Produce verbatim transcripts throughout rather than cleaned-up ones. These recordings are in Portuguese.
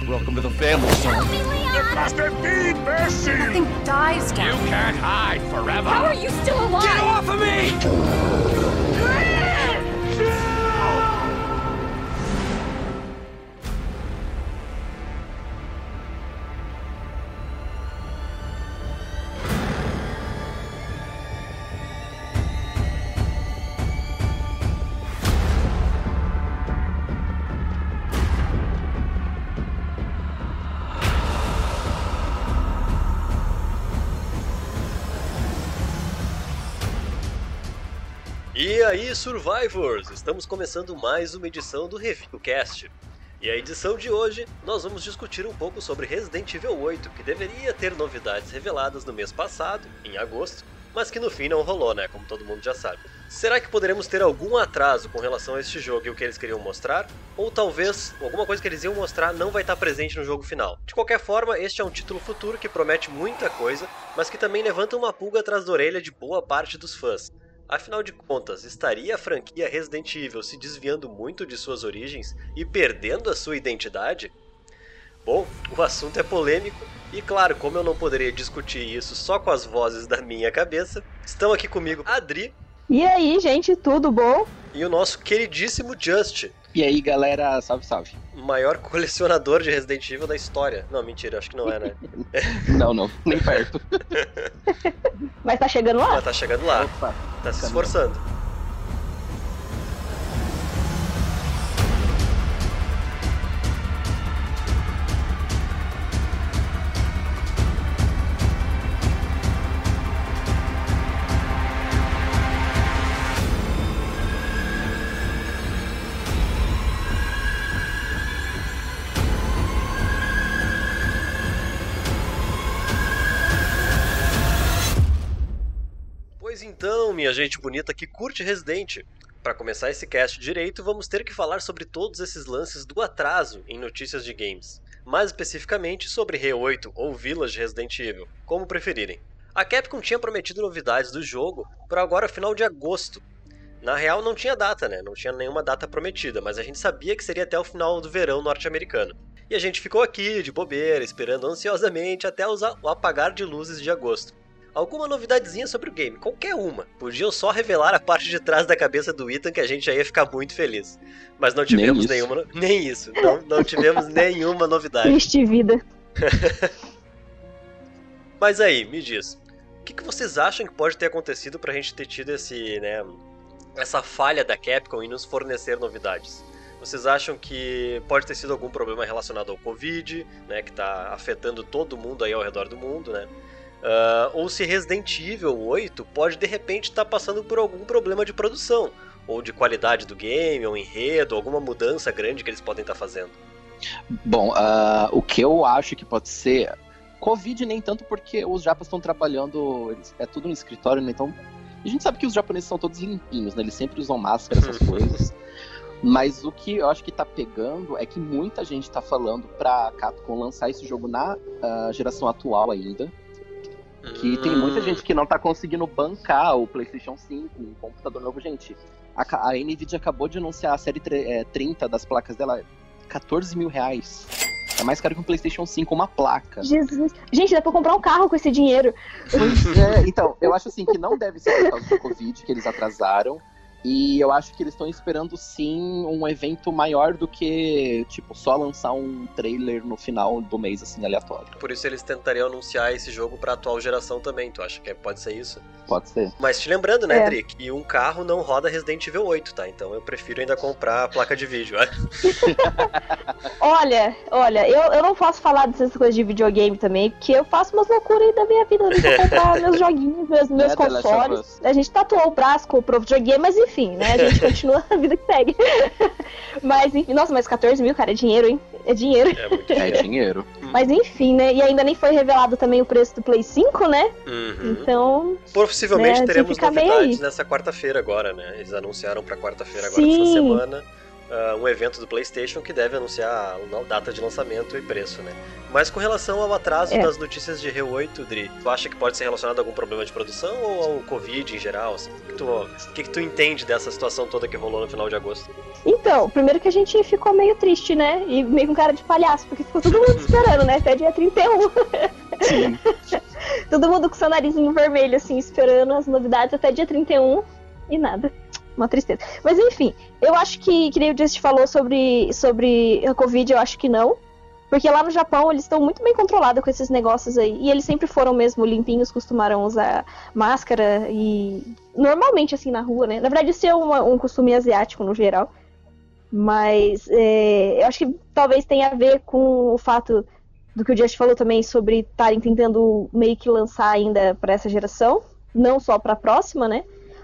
Welcome to the family, son. It must have been mercy! Nothing dies, Captain. You can't hide forever! How are you still alive? Get off of me! E aí, Survivors! Estamos começando mais uma edição do ReviewCast. E a edição de hoje, nós vamos discutir um pouco sobre Resident Evil oito, que deveria ter novidades reveladas no mês passado, em agosto, mas que no fim não rolou, né? Como todo mundo já sabe. Será que poderemos ter algum atraso com relação a este jogo e o que eles queriam mostrar? Ou talvez alguma coisa que eles iam mostrar não vai estar presente no jogo final? De qualquer forma, este é um título futuro que promete muita coisa, mas que também levanta uma pulga atrás da orelha de boa parte dos fãs. Afinal de contas, estaria a franquia Resident Evil se desviando muito de suas origens e perdendo a sua identidade? Bom, o assunto é polêmico e claro, como eu não poderia discutir isso só com as vozes da minha cabeça, estão aqui comigo a Adri. E aí, gente, tudo bom? E o nosso queridíssimo Just. E aí, galera, salve, salve. O maior colecionador de Resident Evil da história. Não, mentira, acho que não é, né? Não, não, nem perto. Mas tá chegando lá? Mas tá chegando lá. Opa, tá se esforçando. Pois então, minha gente bonita que curte Resident, para começar esse cast direito, vamos ter que falar sobre todos esses lances do atraso em notícias de games. Mais especificamente sobre R E oito ou Village Resident Evil, como preferirem. A Capcom tinha prometido novidades do jogo para agora final de agosto. Na real não tinha data, né? Não tinha nenhuma data prometida, mas a gente sabia que seria até o final do verão norte-americano. E a gente ficou aqui, de bobeira, esperando ansiosamente até o apagar de luzes de agosto. Alguma novidadezinha sobre o game, qualquer uma. Podiam só revelar a parte de trás da cabeça do Ethan que a gente já ia ficar muito feliz. Mas não tivemos nem nenhuma... Nem isso, não, não tivemos nenhuma novidade. Triste vida. Mas aí, me diz, o que, que vocês acham que pode ter acontecido pra gente ter tido esse, né, essa falha da Capcom em nos fornecer novidades? Vocês acham que pode ter sido algum problema relacionado ao Covid, né, que tá afetando todo mundo aí ao redor do mundo, né? Uh, ou se Resident Evil oito pode de repente estar tá passando por algum problema de produção, ou de qualidade do game, ou enredo, alguma mudança grande que eles podem estar tá fazendo. Bom, uh, o que eu acho que pode ser... Covid nem tanto porque os japas estão trabalhando, eles, é tudo no escritório, né? Então a gente sabe que os japoneses são todos limpinhos, né? Eles sempre usam máscara, essas coisas. Mas o que eu acho que tá pegando é que muita gente tá falando pra Capcom lançar esse jogo na uh, geração atual ainda. Que tem muita gente que não tá conseguindo bancar o PlayStation cinco, um computador novo. Gente, a, a Nvidia acabou de anunciar a série trinta das placas dela, catorze mil reais. É mais caro que um PlayStation cinco, uma placa. Jesus. Gente, dá pra comprar um carro com esse dinheiro. Pois é, então, eu acho assim que não deve ser por causa do Covid que eles atrasaram. E eu acho que eles estão esperando sim um evento maior do que, tipo, só lançar um trailer no final do mês, assim, aleatório. Por isso eles tentariam anunciar esse jogo pra atual geração também, tu acha que pode ser isso? Pode ser. Mas te lembrando, né, é. Dri, que um carro não roda Resident Evil oito, tá? Então eu prefiro ainda comprar a placa de vídeo. Olha, olha, eu, eu não posso falar dessas coisas de videogame também, porque eu faço umas loucuras aí da minha vida, eu vou comprar meus joguinhos, meus, meus é, consoles. A gente tatuou o braço, comprou o videogame, mas enfim, né, a gente continua a vida que segue. Mas enfim, nossa, mas catorze mil, cara, é dinheiro, hein? É dinheiro. É muito dinheiro. É dinheiro. Mas enfim, né, e ainda nem foi revelado também o preço do Play cinco, né? Uhum. Então... Possivelmente né, teremos fica novidades nessa quarta-feira agora, né? Eles anunciaram pra quarta-feira agora Sim. dessa semana. uh, um evento do PlayStation que deve anunciar a data de lançamento e preço, né? Mas com relação ao atraso É. das notícias de R E oito, Dri, tu acha que pode ser relacionado a algum problema de produção ou ao Covid em geral? Assim? O que tu, o que, que tu entende dessa situação toda que rolou no final de agosto? Então, primeiro que a gente ficou meio triste, né? E meio com cara de palhaço, porque ficou todo mundo esperando, né? Até dia trinta e um. Sim. Todo mundo com seu narizinho vermelho, assim, esperando as novidades até dia trinta e um e nada. Uma tristeza. Mas enfim, eu acho que, que nem o Just falou sobre, sobre a Covid, eu acho que não. Porque lá no Japão eles estão muito bem controlados com esses negócios aí. E eles sempre foram mesmo limpinhos, costumaram usar máscara e... Normalmente, assim, na rua, né? Na verdade, isso é uma, um costume asiático no geral. Mas é, eu acho que talvez tenha a ver com o fato do que o Just falou também sobre estarem tentando meio que lançar ainda para essa geração. Não só para a próxima, né?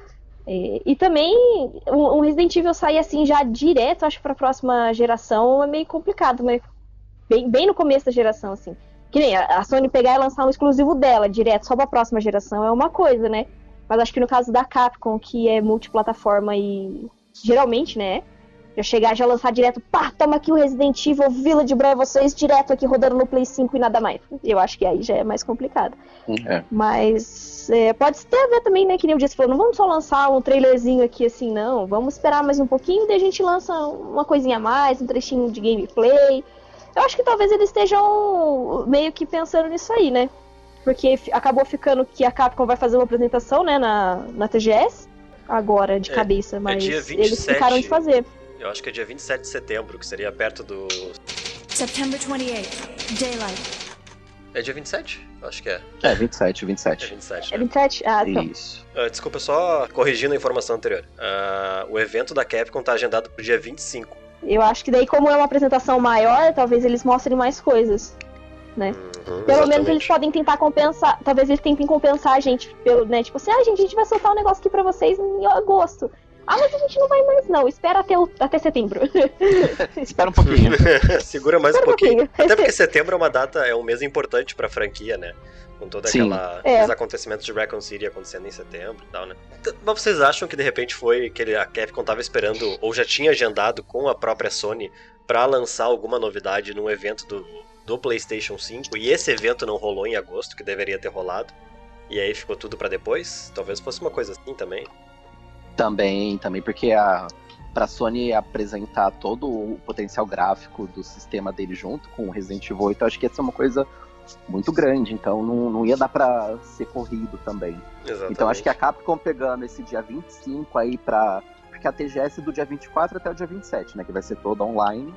E, e também um Resident Evil sair assim já direto, acho que para a próxima geração é meio complicado, mas bem, bem no começo da geração, assim. Que nem a Sony pegar e lançar um exclusivo dela direto só para a próxima geração é uma coisa, né? Mas acho que no caso da Capcom, que é multiplataforma e geralmente, né? Já chegar, já lançar direto, pá, toma aqui o Resident Evil Village pra vocês, direto aqui rodando no Play cinco e nada mais. Eu acho que aí já é mais complicado. É. Mas é, pode ter a ver também, né, que nem o Jess falou, não vamos só lançar um trailerzinho aqui assim, não. Vamos esperar mais um pouquinho e daí a gente lança uma coisinha a mais, um trechinho de gameplay. Eu acho que talvez eles estejam meio que pensando nisso aí, né? Porque acabou ficando que a Capcom vai fazer uma apresentação, né, na, na T G S, agora, de É, cabeça, mas dia vinte e eles sete. ficaram de fazer. Eu acho que é dia vinte e sete de setembro, que seria perto do... September twenty-eighth, daylight. É dia vinte e sete? Acho que é. É, vinte e sete, vinte e É sete. vinte e sete, É né? vinte e sete? Ah, então. Isso. Uh, desculpa, só corrigindo a informação anterior. Uh, o evento da Capcom tá agendado pro dia vinte e cinco. Eu acho que daí, como é uma apresentação maior, talvez eles mostrem mais coisas, né? Uhum, Pelo menos eles podem tentar compensar, talvez eles tentem compensar a gente, pelo, né? Tipo assim, ah, gente, a gente vai soltar um negócio aqui pra vocês em agosto. Ah, mas a gente não vai mais não, espera até, o, até setembro. Espera um pouquinho. Segura mais Espera um pouquinho. um pouquinho. Até porque setembro é uma data, é um mês importante pra franquia, né? Com toda Sim. aquela É. os acontecimentos de Raccoon City acontecendo em setembro e tal, né? Então, mas vocês acham que de repente foi que ele- a Capcom tava esperando, ou já tinha agendado com a própria Sony pra lançar alguma novidade num evento do, do PlayStation cinco, e esse evento não rolou em agosto, que deveria ter rolado, e aí ficou tudo pra depois? Talvez fosse uma coisa assim também. Também, também, porque a pra Sony apresentar todo o potencial gráfico do sistema dele junto com o Resident Evil oito, eu acho que ia ser uma coisa muito grande, então não, não ia dar pra ser corrido também. Exatamente. Então acho que a Capcom pegando esse dia vinte e cinco aí pra... Porque a T G S é do dia vinte e quatro até o dia vinte e sete, né? Que vai ser toda online,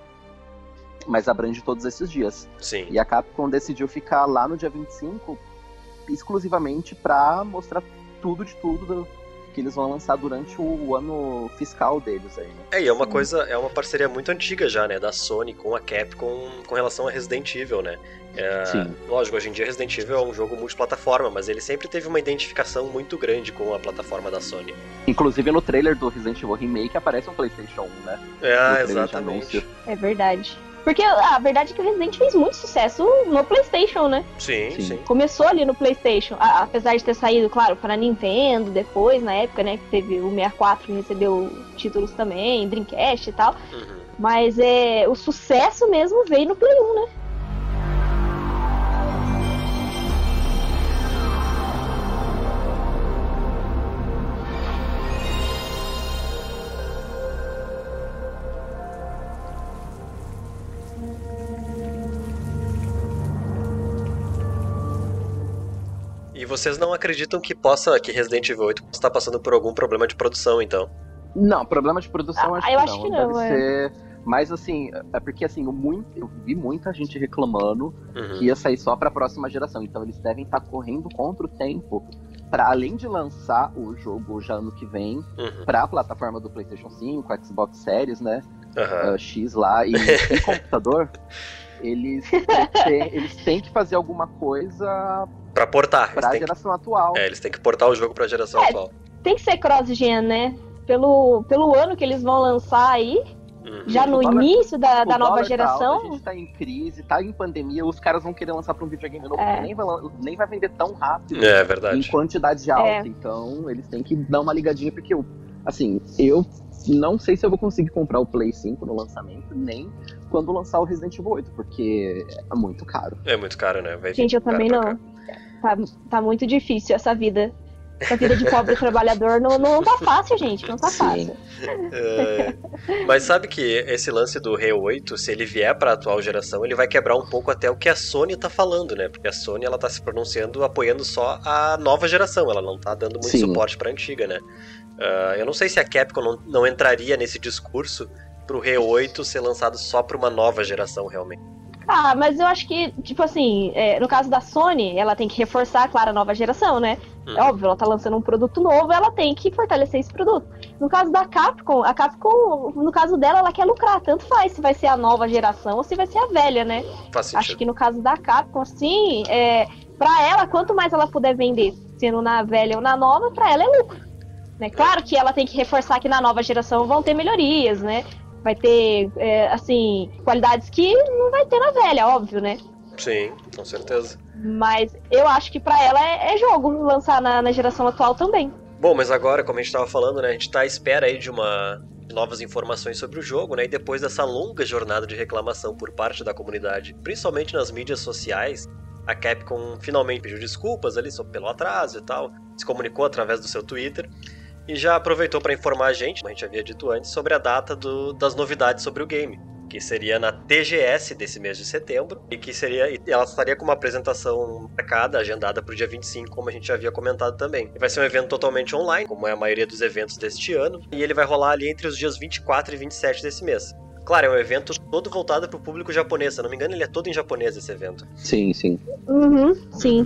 mas abrange todos esses dias. Sim. E a Capcom decidiu ficar lá no dia vinte e cinco exclusivamente pra mostrar tudo de tudo do, que eles vão lançar durante o, o ano fiscal deles aí, né? É, e é uma coisa, é uma parceria muito antiga já, né, da Sony com a Capcom com relação a Resident Evil, né? É, Sim. Lógico, hoje em dia Resident Evil é um jogo multiplataforma, mas ele sempre teve uma identificação muito grande com a plataforma da Sony. Inclusive no trailer do Resident Evil Remake aparece um PlayStation um, né? É, No trailer de exatamente. anúncio. É verdade. Porque a verdade é que o Resident fez muito sucesso no PlayStation, né? Sim, sim. Sim. Começou ali no PlayStation, a- apesar de ter saído, claro, para Nintendo depois, na época, né, que teve o sessenta e quatro que recebeu títulos também, Dreamcast e tal. Uhum. Mas é, o sucesso mesmo veio no Play um, né? E vocês não acreditam que possa, que Resident Evil oito possa estar passando por algum problema de produção, então? Não, problema de produção Ah, acho, eu que acho não. que não, Deve é. ser... Mas assim, é porque assim, o muito, eu vi muita gente reclamando Uhum. que ia sair só pra próxima geração. Então eles devem estar correndo contra o tempo pra, além de lançar o jogo já ano que vem, Uhum. pra plataforma do PlayStation cinco, Xbox Series, né? Aham. uh, X lá e, e computador, eles, eles, têm, eles têm que fazer alguma coisa Pra portar. Eles pra têm, que, geração atual. é, eles têm que portar o jogo pra geração É. atual. Tem que ser cross-gen, né? Pelo, pelo ano que eles vão lançar aí, Uhum. já no O dólar- início da, O da nova dólar tá alto, geração. a gente tá em crise, tá em pandemia, os caras vão querer lançar pra um videogame novo É. que nem vai, lan- nem vai vender tão rápido É em verdade. quantidade alta. É. Então eles têm que dar uma ligadinha, porque, eu, assim, eu não sei se eu vou conseguir comprar o Play cinco no lançamento, nem quando lançar o Resident Evil oito, porque é muito caro. É muito caro, né? Vai Gente, eu também não. Tá, tá muito difícil essa vida. Essa vida de pobre trabalhador não, não tá fácil, gente. Não tá Sim. fácil. É, mas sabe que esse lance do Re oito, se ele vier pra atual geração, ele vai quebrar um pouco até o que a Sony tá falando, né? Porque a Sony, ela tá se pronunciando apoiando só a nova geração, ela não tá dando muito Sim. suporte pra antiga, né? Uh, eu não sei se a Capcom não, não entraria nesse discurso pro Re oito ser lançado só pra uma nova geração, realmente. Ah, mas eu acho que, tipo assim, é, no caso da Sony, ela tem que reforçar, claro, a nova geração, né? Hum. É óbvio, ela tá lançando um produto novo, ela tem que fortalecer esse produto. No caso da Capcom, a Capcom, no caso dela, ela quer lucrar, tanto faz se vai ser a nova geração ou se vai ser a velha, né? Faz sentido. Acho que no caso da Capcom, sim, é, pra ela, quanto mais ela puder vender, sendo na velha ou na nova, pra ela é lucro. Né? Claro que ela tem que reforçar que na nova geração vão ter melhorias, né? Vai ter, é, assim, qualidades que não vai ter na velha, óbvio, né? Sim, com certeza. Mas eu acho que pra ela é, é jogo lançar na, na geração atual também. Bom, mas agora, como a gente tava falando, né, a gente tá à espera aí de uma de novas informações sobre o jogo, né, e depois dessa longa jornada de reclamação por parte da comunidade, principalmente nas mídias sociais, a Capcom finalmente pediu desculpas ali só pelo atraso e tal, se comunicou através do seu Twitter, e já aproveitou para informar a gente, como a gente havia dito antes, sobre a data do, das novidades sobre o game, que seria na T G S desse mês de setembro, e que seria, ela estaria com uma apresentação marcada, agendada para o dia vinte e cinco, como a gente já havia comentado também. E vai ser um evento totalmente online, como é a maioria dos eventos deste ano, e ele vai rolar ali entre os dias vinte e quatro e vinte e sete desse mês. Claro, é um evento todo voltado para o público japonês, se eu não me engano ele é todo em japonês esse evento. Sim, sim. Uhum, sim.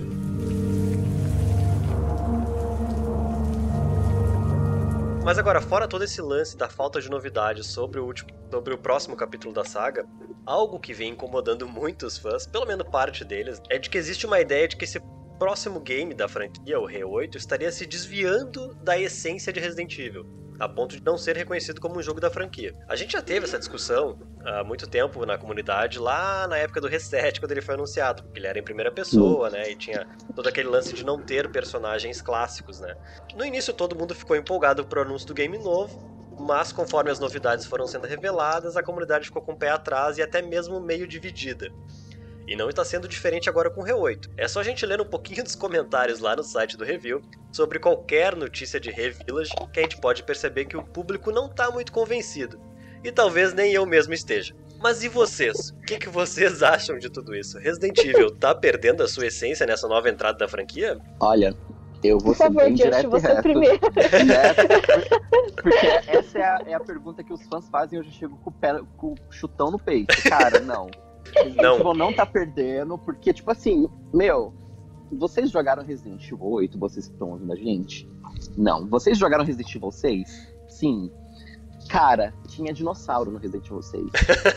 Mas agora, fora todo esse lance da falta de novidades sobre o, último, sobre o próximo capítulo da saga, algo que vem incomodando muitos fãs, pelo menos parte deles, é de que existe uma ideia de que esse próximo game da franquia, o Re oito, estaria se desviando da essência de Resident Evil, a ponto de não ser reconhecido como um jogo da franquia. A gente já teve essa discussão há muito tempo na comunidade, lá na época do Reset, quando ele foi anunciado, porque ele era em primeira pessoa, né, e tinha todo aquele lance de não ter personagens clássicos, né. No início todo mundo ficou empolgado pro anúncio do game novo, mas conforme as novidades foram sendo reveladas, a comunidade ficou com o pé atrás e até mesmo meio dividida. E não está sendo diferente agora com o Re oito. É só a gente ler um pouquinho dos comentários lá no site do review sobre qualquer notícia de Re-Village que a gente pode perceber que o público não está muito convencido. E talvez nem eu mesmo esteja. Mas e vocês? O que, que vocês acham de tudo isso? Resident Evil tá perdendo a sua essência nessa nova entrada da franquia? Olha, eu vou Por ser favor, bem Just, direto e você reto. primeiro. Né? Porque essa é a, é a pergunta que os fãs fazem e eu já chego com o, pé, com o chutão no peito. Cara, não. Resident Não. Evil não tá perdendo, porque, tipo assim, meu, vocês jogaram Resident Evil oito, vocês que estão ouvindo a gente? Não. Vocês jogaram Resident Evil seis? Sim. Cara, tinha dinossauro no Resident Evil seis.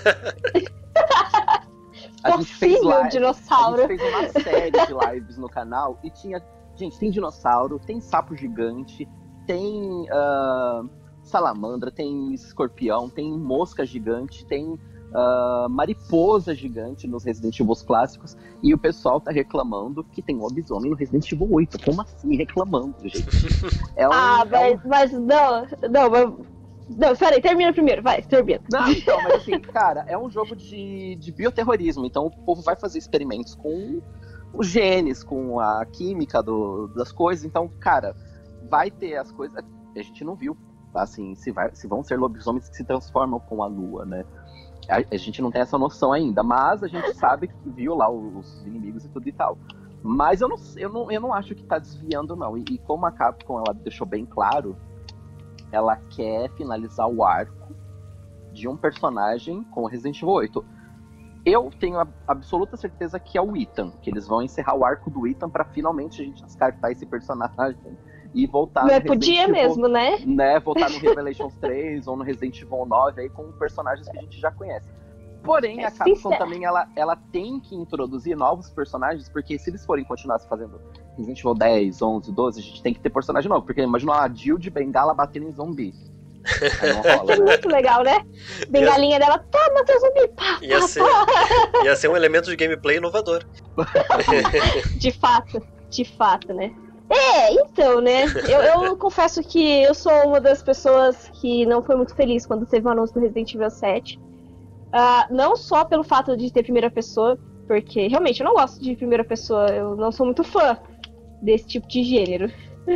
A gente fez Possível live, dinossauro. A gente fez uma série de lives no canal e tinha... Gente, tem dinossauro, tem sapo gigante, tem uh, salamandra, tem escorpião, tem mosca gigante, tem... Uh, mariposa gigante nos Resident Evil clássicos e o pessoal tá reclamando que tem lobisomem no Resident Evil oito. Como assim reclamando, gente? É um, Ah, mas, é um... mas não, não, mas... Não, peraí, termina primeiro, vai, termina. Não, então, mas assim, cara, é um jogo de, de bioterrorismo, então o povo vai fazer experimentos com os genes, com a química do, das coisas, então, cara, vai ter as coisas... A gente não viu, assim, se, vai, se vão ser lobisomens que se transformam com a lua, né? A, a gente não tem essa noção ainda, mas a gente sabe que viu lá os inimigos e tudo e tal. Mas eu não, eu não, eu não acho que tá desviando, não. E, e como a Capcom ela deixou bem claro, ela quer finalizar o arco de um personagem com o Resident Evil oito. Eu tenho a absoluta certeza que é o Ethan, que eles vão encerrar o arco do Ethan pra finalmente a gente descartar esse personagem e voltar Mas no podia Resident Evil, mesmo, né? né? Voltar no Revelations três ou no Resident Evil nove aí com personagens que a gente já conhece. Porém, a Capcom Sincero. também ela, ela tem que introduzir novos personagens, porque se eles forem continuar fazendo Resident Evil dez, onze, doze, a gente tem que ter personagem novo. Porque imagina a Jill de bengala batendo em zumbi. Aí não rola, É né? muito legal, né? Bengalinha dela, toma teu zumbi, pá, Ia pá, ser, pá. ia ser um elemento de gameplay inovador. De fato, de fato, né? É, então, né? Eu, eu confesso que eu sou uma das pessoas que não foi muito feliz quando teve o anúncio do Resident Evil sete. Uh, não só pelo fato de ter primeira pessoa, porque realmente eu não gosto de primeira pessoa, eu não sou muito fã desse tipo de gênero.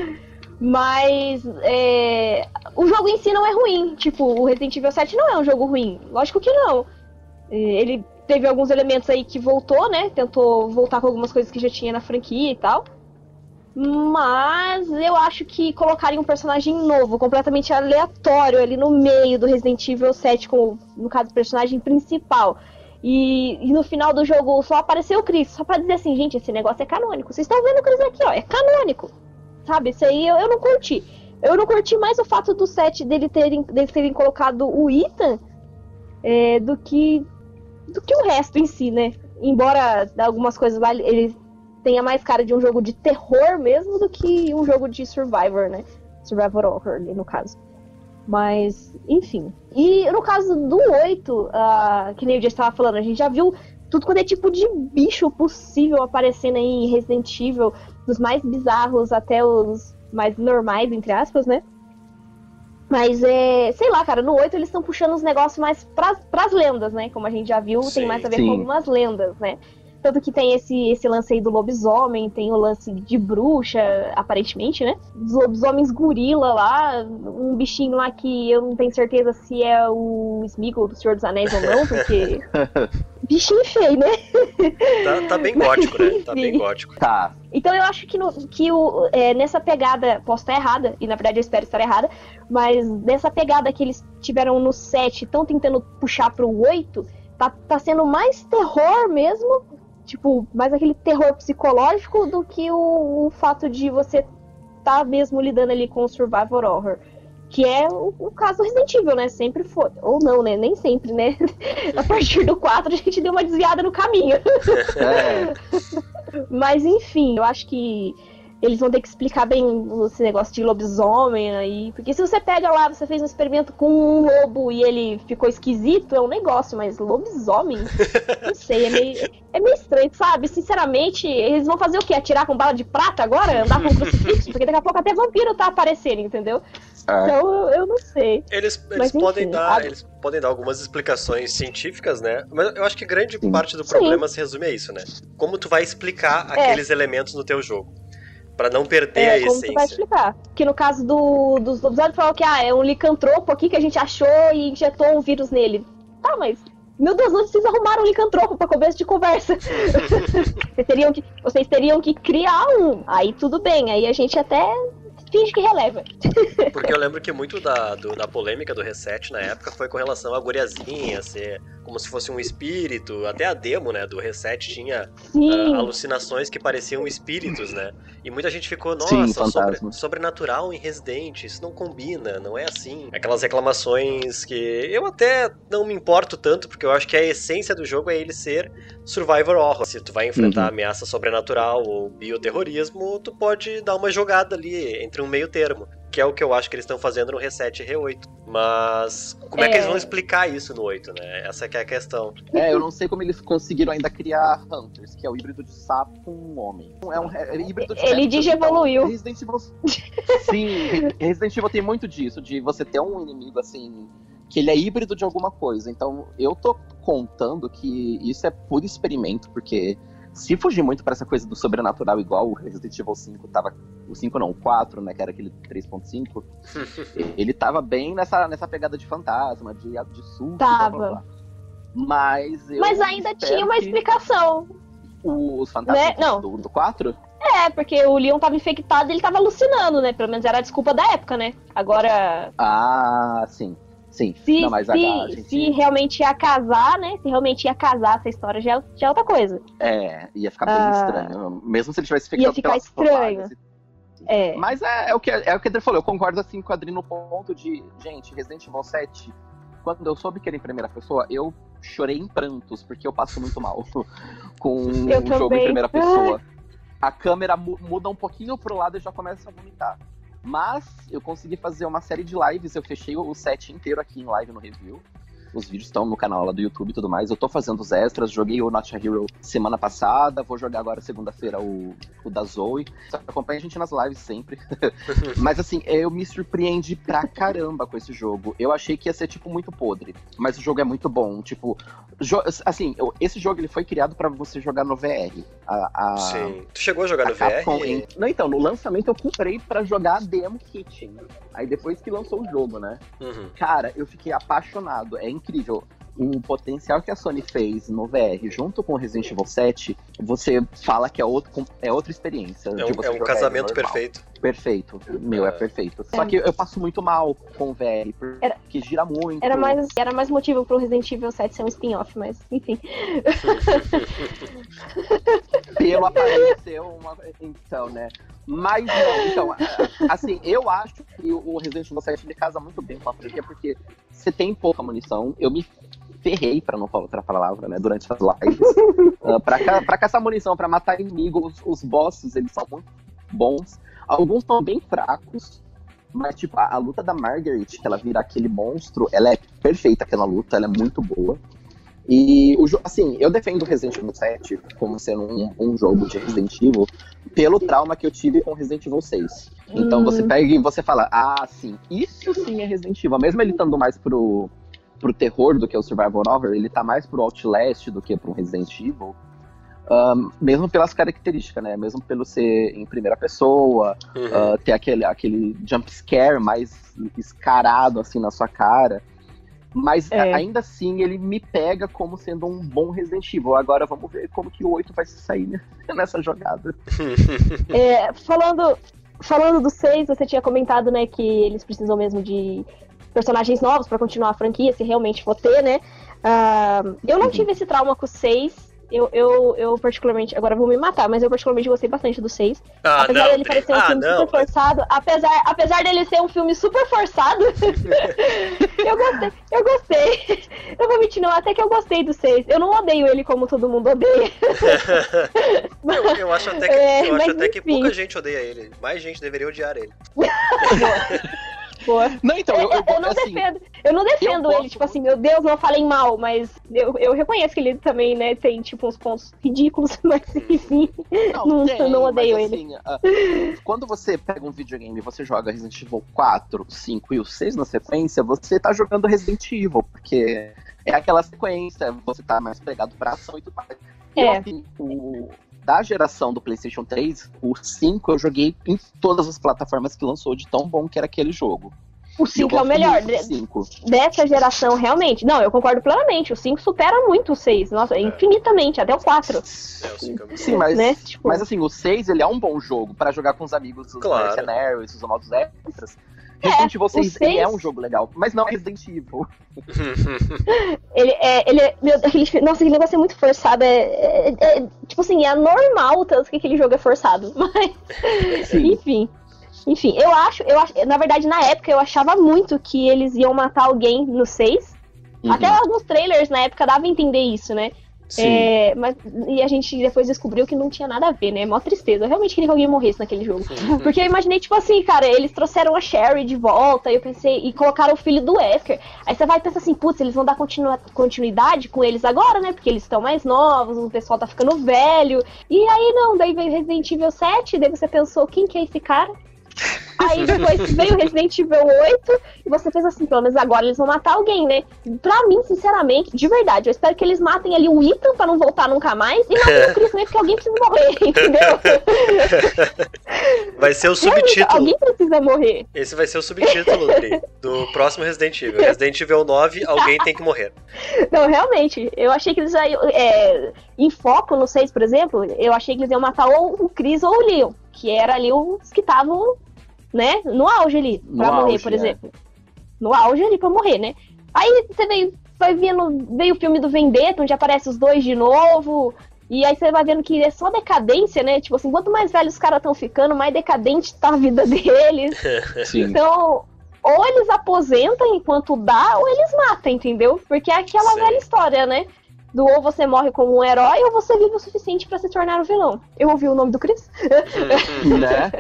Mas é, o jogo em si não é ruim. Tipo, o Resident Evil sete não é um jogo ruim. Lógico que não. Ele teve alguns elementos aí que voltou, né? Tentou voltar com algumas coisas que já tinha na franquia e tal. Mas eu acho que colocarem um personagem novo, completamente aleatório ali no meio do Resident Evil sete, como no caso o personagem principal, e, e no final do jogo só apareceu o Chris, só pra dizer assim, gente, esse negócio é canônico. Vocês estão vendo o Chris aqui, ó, é canônico. Sabe, isso aí eu, eu não curti. Eu não curti mais o fato do sete dele terem, deles terem colocado o Ethan é, do que do que o resto em si, né? Embora algumas coisas lá ele tenha mais cara de um jogo de terror mesmo do que um jogo de Survivor, né? Survivor Horror, no caso. Mas, enfim. E no caso do oito, uh, que nem o Jay estava falando, a gente já viu tudo quanto é tipo de bicho possível aparecendo aí em Resident Evil, dos mais bizarros até os mais normais, entre aspas, né? Mas, é, sei lá, cara, no oito eles estão puxando os negócios mais pras, pras lendas, né? Como a gente já viu, Sim, tem mais a ver sim. com algumas lendas, né? Tanto que tem esse, esse lance aí do lobisomem, tem o lance de bruxa, aparentemente, né? Dos lobisomens gorila lá, um bichinho lá que eu não tenho certeza se é o Sméagol do Senhor dos Anéis ou não, porque... bichinho feio, né? Tá, tá bem gótico, né? Tá bem Enfim. gótico. Tá. Então eu acho que, no, que o, é, nessa pegada, posso estar errada, e na verdade eu espero estar errada, mas nessa pegada que eles tiveram no sete, estão tentando puxar pro oito, tá, tá sendo mais terror mesmo, tipo, mais aquele terror psicológico do que o, o fato de você tá mesmo lidando ali com o Survivor Horror. Que é o, o caso do Resident Evil, né? Sempre foi. Ou não, né? Nem sempre, né? A partir do quatro a gente deu uma desviada no caminho. É. Mas enfim, eu acho que eles vão ter que explicar bem esse negócio de lobisomem aí. Porque se você pega lá, você fez um experimento com um lobo e ele ficou esquisito, é um negócio, mas lobisomem? Não sei, é meio, é meio estranho, sabe? Sinceramente, eles vão fazer o quê? Atirar com bala de prata agora? Andar com crucifixo? Porque daqui a pouco até vampiro tá aparecendo, entendeu? É. Então eu, eu não sei. Eles, eles, Mas, enfim, podem dar, a- eles podem dar algumas explicações científicas, né? Mas eu acho que grande Sim. parte do Sim. problema se resume a isso, né? Como tu vai explicar É. aqueles elementos no teu jogo. Pra não perder É, a como tu vai essência. explicar? Que no caso do, dos lobisomens, falou que ah, é um licantropo aqui que a gente achou e injetou um vírus nele. Tá, mas... Meu Deus, onde vocês arrumaram um licantropo pra começo de conversa? vocês, teriam que, vocês teriam que criar um. Aí tudo bem, aí a gente até finge que releva. Porque eu lembro que muito da, do- da polêmica do Reset na época foi com relação à guriazinha ser como se fosse um espírito. Até a demo, né, do Reset tinha Sim. ah, alucinações que pareciam espíritos, né? E muita gente ficou, Sim, nossa, sobre, fantasmas. sobrenatural em Resident, isso não combina, não é assim. Aquelas reclamações que eu até não me importo tanto, porque eu acho que a essência do jogo é ele ser Survivor Horror. Se tu vai enfrentar Uhum. ameaça sobrenatural ou bioterrorismo, tu pode dar uma jogada ali entre um meio termo. Que é o que eu acho que eles estão fazendo no Reset e Re oito. Mas como é, que É. eles vão explicar isso no oito, né? Essa que é a questão. É, eu não sei como eles conseguiram ainda criar Hunters, que é o híbrido de sapo com um homem. É um é híbrido de Ele réptil, digievoluiu. então, Resident Evil... Sim, Resident Evil tem muito disso, de você ter um inimigo assim, que ele é híbrido de alguma coisa. Então eu tô contando que isso é puro experimento, porque se fugir muito pra essa coisa do sobrenatural, igual o Resident Evil cinco tava. O cinco não, o quatro, né? Que era aquele três ponto cinco. Ele tava bem nessa, nessa pegada de fantasma, de, de susto, blá, Tava. blá, blá. Mas eu Mas ainda espero tinha uma que explicação. Os fantasmas Né? Não. do, do quatro? É, porque o Leon tava infectado e ele tava alucinando, né? Pelo menos era a desculpa da época, né? Agora, Ah, sim. Sim. se, não, mas se, a, a gente... se realmente ia casar, né? Se realmente ia casar essa história, já, é- já é outra coisa. É, ia ficar bem Ah, estranho. Mesmo se ele tivesse ia ficado ficar pelas estranho. vagas. É. Mas é, é o que, é o que ele falou, eu concordo assim com o Adri no ponto de, gente, Resident Evil sete, quando eu soube que era em primeira pessoa, eu chorei em prantos, porque eu passo muito mal com Eu o jogo também. em primeira pessoa. A câmera mu- muda um pouquinho pro lado e já começa a vomitar. Mas eu consegui fazer uma série de lives, eu fechei o set inteiro aqui em live no review. Os vídeos estão no canal lá do YouTube e tudo mais. Eu tô fazendo os extras, joguei o Not a Hero semana passada, vou jogar agora segunda-feira o, o da Zoe. Acompanha a gente nas lives sempre. Mas assim, eu me surpreendi pra caramba com esse jogo. Eu achei que ia ser, tipo, muito podre. Mas o jogo é muito bom. Tipo, jo- assim, eu- esse jogo ele foi criado pra você jogar no V R. A, a- Sim. Tu chegou a jogar a no Capcom V R? em- Não, então, no lançamento eu comprei pra jogar a Demo Kitchen. Aí depois que lançou o jogo, né? Uhum. Cara, eu fiquei apaixonado. É incrível. O potencial que a Sony fez no V R junto com o Resident Evil sete, você fala que é, outro, é outra experiência. É de um, você é um jogar casamento ele normal. perfeito. Perfeito. Meu, é, É. perfeito. Só que eu passo muito mal com o V R, porque Era- gira muito. Era mais, era mais motivo pro Resident Evil sete ser um spin-off, mas enfim. Pelo apareceu uma. Então, né? Mas não, então, assim, eu acho que o Resident Evil sete ele casa muito bem com a franquia, porque você tem pouca munição. Eu me ferrei, pra não falar outra palavra, né, durante as lives. uh, pra, ca- pra caçar munição, pra matar inimigos, os bosses, eles são muito bons. Alguns são bem fracos, mas, tipo, a, a luta da Margaret, que ela vira aquele monstro, ela é perfeita, aquela luta, ela é muito boa. E, o, jo- assim, eu defendo o Resident Evil sete como sendo um, um jogo de Resident Evil pelo trauma que eu tive com Resident Evil seis. Então Hum. você pega e você fala, ah, sim, isso sim é Resident Evil. Mesmo ele estando mais pro, pro terror do que o Survival Horror, ele tá mais pro Outlast do que pro Resident Evil. Ahn, mesmo pelas características, né? Mesmo pelo ser em primeira pessoa, Uhum. ah, ter aquele, aquele jump scare mais escarado assim na sua cara. Mas É. a- ainda assim ele me pega como sendo um bom Resident Evil. Agora vamos ver como que o oito vai se sair né, nessa jogada. É, falando, falando do seis, você tinha comentado, né, que eles precisam mesmo de personagens novos pra continuar a franquia, se realmente for ter, né? Ah, eu não Uhum. tive esse trauma com o seis. Eu, eu, eu particularmente, agora eu vou me matar, mas eu particularmente gostei bastante do seis. Ah, Apesar não, dele Pri. parecer um Ah, filme não. super forçado, apesar, apesar dele ser um filme super forçado, eu gostei, eu gostei. Eu vou mentir, não, até que eu gostei do seis. Eu não odeio ele como todo mundo odeia. eu, eu acho até que, É, eu acho mas até que enfim. pouca gente odeia ele. Mais gente deveria odiar ele. Pô. Não, então, eu, eu, Eu não assim, defendo, eu não defendo eu ele, gosto tipo assim, meu Deus, não falem mal, mas eu, eu reconheço que ele também, né, tem, tipo, uns pontos ridículos, mas enfim, não, tem, não odeio mas, ele. assim, ah, quando você pega um videogame e você joga Resident Evil quatro, cinco e o seis na sequência, você tá jogando Resident Evil, porque é aquela sequência, você tá mais pegado pra ação e tudo mais. É. Eu, assim, o, da geração do PlayStation três, o cinco eu joguei em todas as plataformas que lançou, de tão bom que era aquele jogo. O E eu cinco é o gosto melhor, muito do de- cinco. dessa geração, realmente. Não, eu concordo plenamente, o cinco supera muito o seis, nossa, infinitamente, até o quatro, É, o cinco é muito Sim, bom. mas, né, tipo... mas assim, o seis ele é um bom jogo pra jogar com os amigos, os Claro. mercenários, os modos extras. Resident Evil seis, o seis- ele é um jogo legal, mas não é Resident Evil. Ele é, ele é, meu, aquele, nossa, aquele negócio é muito forçado, é, é- é- tipo assim, é normal tanto que aquele jogo é forçado, mas, Sim. enfim, enfim, eu acho, eu acho, na verdade, na época eu achava muito que eles iam matar alguém no seis, Uhum. até alguns trailers na época davam a entender isso, né, Sim. é, mas, e a gente depois descobriu que não tinha nada a ver, né, mó tristeza, eu realmente queria que alguém morresse naquele jogo, porque eu imaginei, tipo assim, cara, eles trouxeram a Sherry de volta, e eu pensei, e colocaram o filho do Wesker. Aí você vai e pensa assim, putz, eles vão dar continua- continuidade com eles agora, né? Porque eles estão mais novos, o pessoal tá ficando velho. E aí não, daí veio Resident Evil sete, daí você pensou, quem que é esse cara? Aí depois veio Resident Evil oito, e você fez assim, pelo menos agora eles vão matar alguém, né? Pra mim, sinceramente, de verdade, eu espero que eles matem ali o Ethan pra não voltar nunca mais, e matem o Chris também, porque alguém precisa morrer, entendeu? Vai ser o Realmente, subtítulo. alguém precisa morrer. Esse vai ser o subtítulo, Pri, do próximo Resident Evil. Resident Evil nove, alguém tem que morrer. Não, realmente, eu achei que eles iam, é, em foco no seis, por exemplo, eu achei que eles iam matar ou o Chris ou o Leon, que era ali os que estavam, né, no auge ali, pra No morrer, auge, por é. exemplo. No auge ali pra morrer, né? Aí você veio, vai vendo, veio o filme do Vendetta, onde aparece os dois de novo, e aí você vai vendo que é só decadência, né? Tipo assim, quanto mais velhos os caras estão ficando, mais decadente tá a vida deles. Sim. Então, ou eles aposentam enquanto dá, ou eles matam, entendeu? Porque é aquela Sim. velha história, né? Do ou você morre como um herói, ou você vive o suficiente pra se tornar um vilão. Eu ouvi o nome do Chris? Né?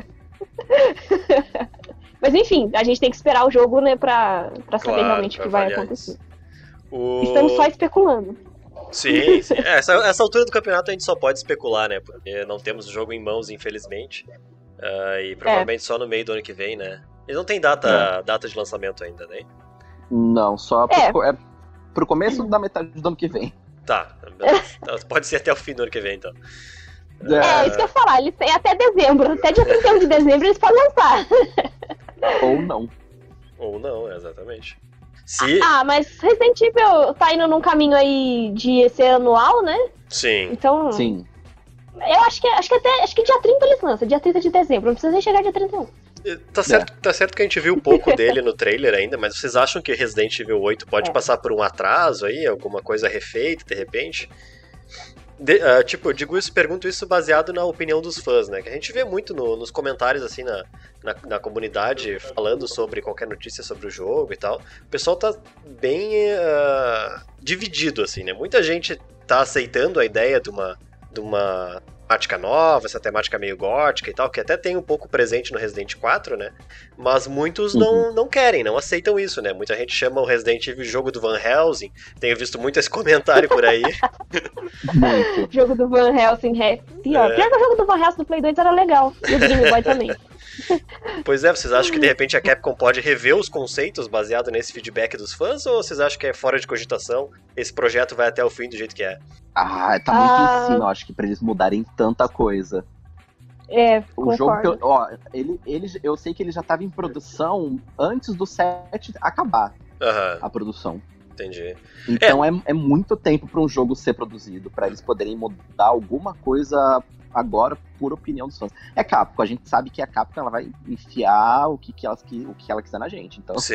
Mas enfim, a gente tem que esperar o jogo, né, pra, pra saber Claro, realmente o pra que vai avaliar acontecer. isso. O... Estamos só especulando. Sim, sim. É, essa, essa altura do campeonato a gente só pode especular, né? Porque não temos o jogo em mãos, infelizmente. Uh, e provavelmente é. só no meio do ano que vem, né? Eles não tem data, é. data de lançamento ainda, né? Não, só pro, é. É pro começo da metade do ano que vem. Tá, beleza. Então, pode ser até o fim do ano que vem, então. É, é isso que eu ia falar, eles têm até dezembro. Até dia trinta e um de dezembro eles podem lançar. Ou não. Ou não, exatamente. Se... Ah, mas Resident Evil tá indo num caminho aí de ser anual, né? Sim. Então. Sim. Eu acho que, acho que até. Acho que dia trinta eles lançam, dia trinta de dezembro. Não precisa nem chegar dia trinta e um. Tá certo, é. tá certo que a gente viu pouco dele no trailer ainda, mas vocês acham que Resident Evil oito pode é. passar por um atraso aí? Alguma coisa refeita, de repente? De, uh, tipo, eu digo isso, pergunto isso baseado na opinião dos fãs, né? Que a gente vê muito no, nos comentários, assim, na, na, na comunidade, falando sobre qualquer notícia sobre o jogo e tal. O pessoal tá bem uh, dividido, assim, né? Muita gente tá aceitando a ideia de uma, de uma temática nova, essa temática meio gótica e tal, que até tem um pouco presente no Resident quatro, né? Mas muitos não, uhum. não querem, não aceitam isso, né? Muita gente chama o Resident Evil jogo do Van Helsing. Tenho visto muito esse comentário por aí. O jogo do Van Helsing é pior. É. Pior que o jogo do Van Helsing do Play dois era legal. E o do Game Boy também. Pois é, vocês acham que de repente a Capcom pode rever os conceitos baseado nesse feedback dos fãs, ou vocês acham que é fora de cogitação, esse projeto vai até o fim do jeito que é? Ah, tá muito ah... em cima, eu acho que pra eles mudarem tanta coisa. É, o concordo. jogo que eu, ó, ele, ele, eu sei que ele já tava em produção antes do sete acabar uhum. a produção. Entendi. Então é, é, é muito tempo pra um jogo ser produzido, pra eles poderem mudar alguma coisa agora, por opinião dos fãs. É Capcom, a gente sabe que a Capcom ela vai enfiar o que, que, ela, o que ela quiser na gente. Então, sim.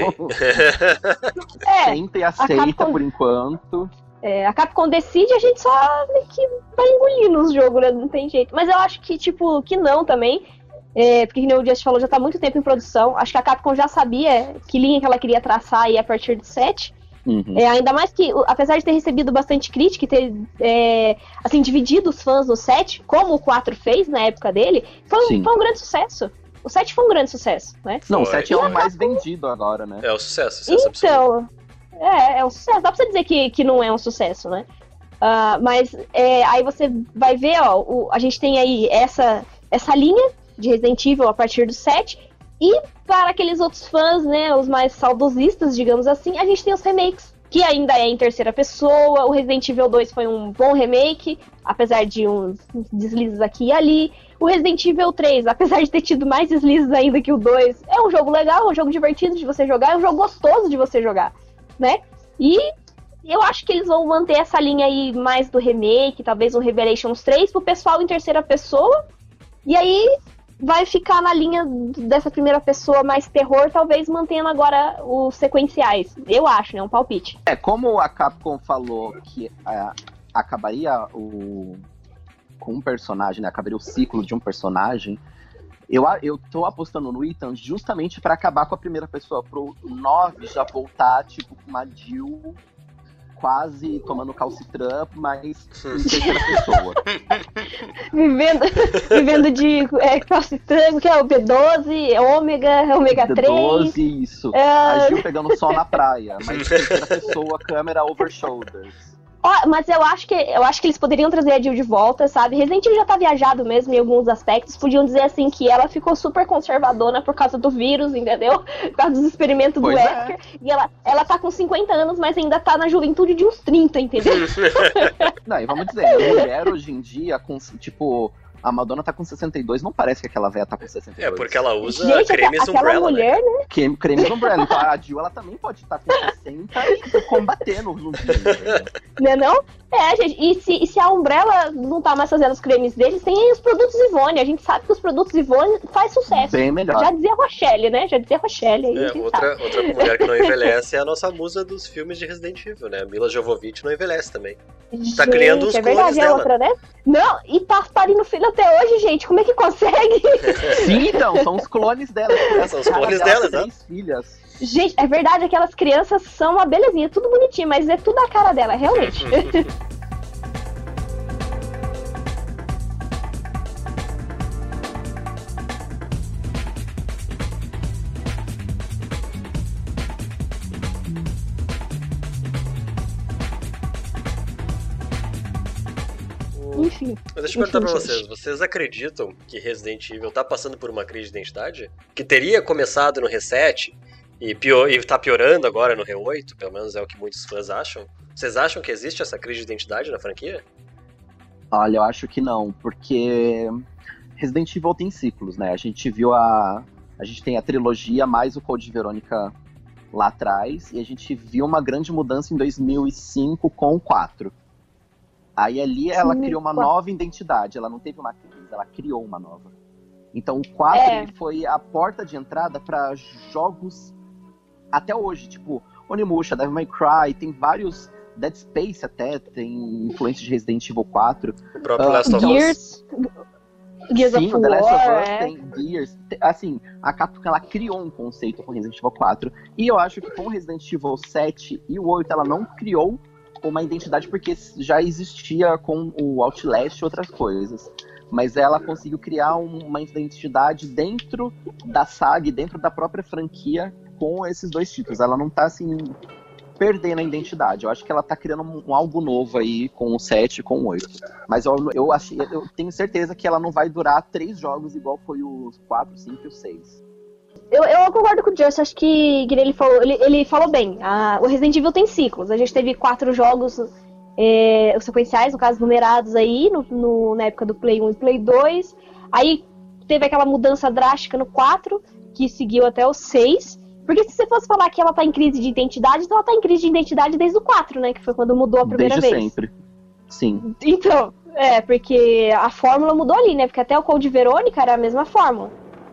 Senta e aceita Capcom... por enquanto. É, a Capcom decide, a gente só que vai engolir nos jogos, né? Não tem jeito. Mas eu acho que, tipo, que não também. É, porque, como o Just falou, já tá há muito tempo em produção. Acho que a Capcom já sabia que linha que ela queria traçar aí a partir do sete. Uhum. É, ainda mais que, apesar de ter recebido bastante crítica e ter, é, assim, dividido os fãs no sete, como o quatro fez na época dele, foi um, foi um grande sucesso. O sete foi um grande sucesso, né? Não, o sete é o mais vendido agora, né? É o sucesso, sucesso Então, absoluto. é, é um sucesso. Dá pra você dizer que, que não é um sucesso, né? Uh, mas é, aí você vai ver, ó, o, a gente tem aí essa, essa linha de Resident Evil a partir do sete, e para aqueles outros fãs, né, os mais saudosistas, digamos assim, a gente tem os remakes, que ainda é em terceira pessoa. O Resident Evil dois foi um bom remake, apesar de uns deslizes aqui e ali. O Resident Evil três, apesar de ter tido mais deslizes ainda que o dois, é um jogo legal, é um jogo divertido de você jogar, é um jogo gostoso de você jogar, né? E eu acho que eles vão manter essa linha aí mais do remake, talvez um Revelations três, pro pessoal em terceira pessoa, e aí vai ficar na linha dessa primeira pessoa mais terror, talvez mantendo agora os sequenciais. Eu acho, né? Um palpite. É, como a Capcom falou que é, acabaria o, com um personagem, né? Acabaria o ciclo de um personagem. Eu, eu tô apostando no Ethan justamente pra acabar com a primeira pessoa, pro nove já voltar, tipo, com uma Jill quase tomando calcitran, mas em terceira pessoa. vivendo, vivendo de é, calcitran, que é o B doze, ômega, ômega três. B doze, isso. É... A Jill pegando sol na praia, mas em terceira pessoa, câmera over shoulders. Oh, mas eu acho, que, eu acho que eles poderiam trazer a Jill de volta, sabe? Resident Evil já tá viajado mesmo em alguns aspectos. Podiam dizer assim que ela ficou super conservadora por causa do vírus, entendeu? Por causa dos experimentos pois do é. Wesker. E ela, ela tá com cinquenta anos, mas ainda tá na juventude de uns trinta, entendeu? Não, e vamos dizer, a mulher hoje em dia, com, tipo, a Madonna tá com sessenta e dois, não parece que aquela velha tá com sessenta e dois. É, porque ela usa Gente, cremes aquela Umbrella, mulher, né? né? Que, cremes Umbrella. Então a Jill, ela também pode estar com sessenta e combatendo os zumbis. Não é não? É, gente, e se, e se a Umbrella não tá mais fazendo os cremes deles, tem aí os produtos Ivone. A gente sabe que os produtos Ivone faz sucesso. Bem melhor. Já dizia a Rochelle, né? Já dizia a Rochelle. Aí, É, a gente outra, sabe. outra mulher que não envelhece é a nossa musa dos filmes de Resident Evil, né? A Mila Jovovich não envelhece também. Tá Gente, criando uns é clones verdade, é dela. outra, né? Não, e tá parindo filho até hoje, gente. Como é que consegue? Sim, então, são os clones dela. É, são os clones dela, três exato. filhas. Gente, é verdade, aquelas crianças são uma belezinha, tudo bonitinho, mas é tudo a cara dela, realmente. Enfim. Mas deixa eu perguntar pra Enfim, vocês, gente. vocês acreditam que Resident Evil tá passando por uma crise de identidade? Que teria começado no reset e, pior, e tá piorando agora no R oito, pelo menos é o que muitos fãs acham. Vocês acham que existe essa crise de identidade na franquia? Olha, eu acho que não, porque Resident Evil tem ciclos, né? A gente viu a... A gente tem a trilogia mais o Code Verônica lá atrás, e a gente viu uma grande mudança em dois mil e cinco com o quatro. Aí ali ela Sim, criou uma quatro. nova identidade, ela não teve uma crise, ela criou uma nova. Então o quatro É. ele foi a porta de entrada para jogos até hoje, tipo Onimusha, Devil May Cry, tem vários, Dead Space até, tem influência de Resident Evil quatro. O próprio Ah, Last of Us. Gears. Gears Sim, of o The Last War, of Us é. tem Gears. Te- Assim, a Capcom ela criou um conceito com Resident Evil quatro. E eu acho que com Resident Evil sete e o oito ela não criou uma identidade porque já existia com o Outlast e outras coisas. Mas ela conseguiu criar um- uma identidade dentro da saga e dentro da própria franquia com esses dois títulos. Ela não tá assim perdendo a identidade. Eu acho que ela tá criando um, um algo novo aí com o sete e com o oito. Mas eu, eu, achei, eu tenho certeza que ela não vai durar três jogos igual foi os quatro, cinco e o seis. Eu, eu concordo com o Just, acho que, que ele falou, ele, ele falou bem. A, o Resident Evil tem ciclos. A gente teve quatro jogos é, sequenciais, no caso numerados aí, no, no, na época do Play um e Play dois. Aí teve aquela mudança drástica no quatro, que seguiu até o seis. Porque se você fosse falar que ela tá em crise de identidade, então ela tá em crise de identidade desde o quatro, né? Que foi quando mudou a primeira Desde vez. sempre. Sim. Então, é, porque a fórmula mudou ali, né? Porque até o Code Verônica era a mesma fórmula.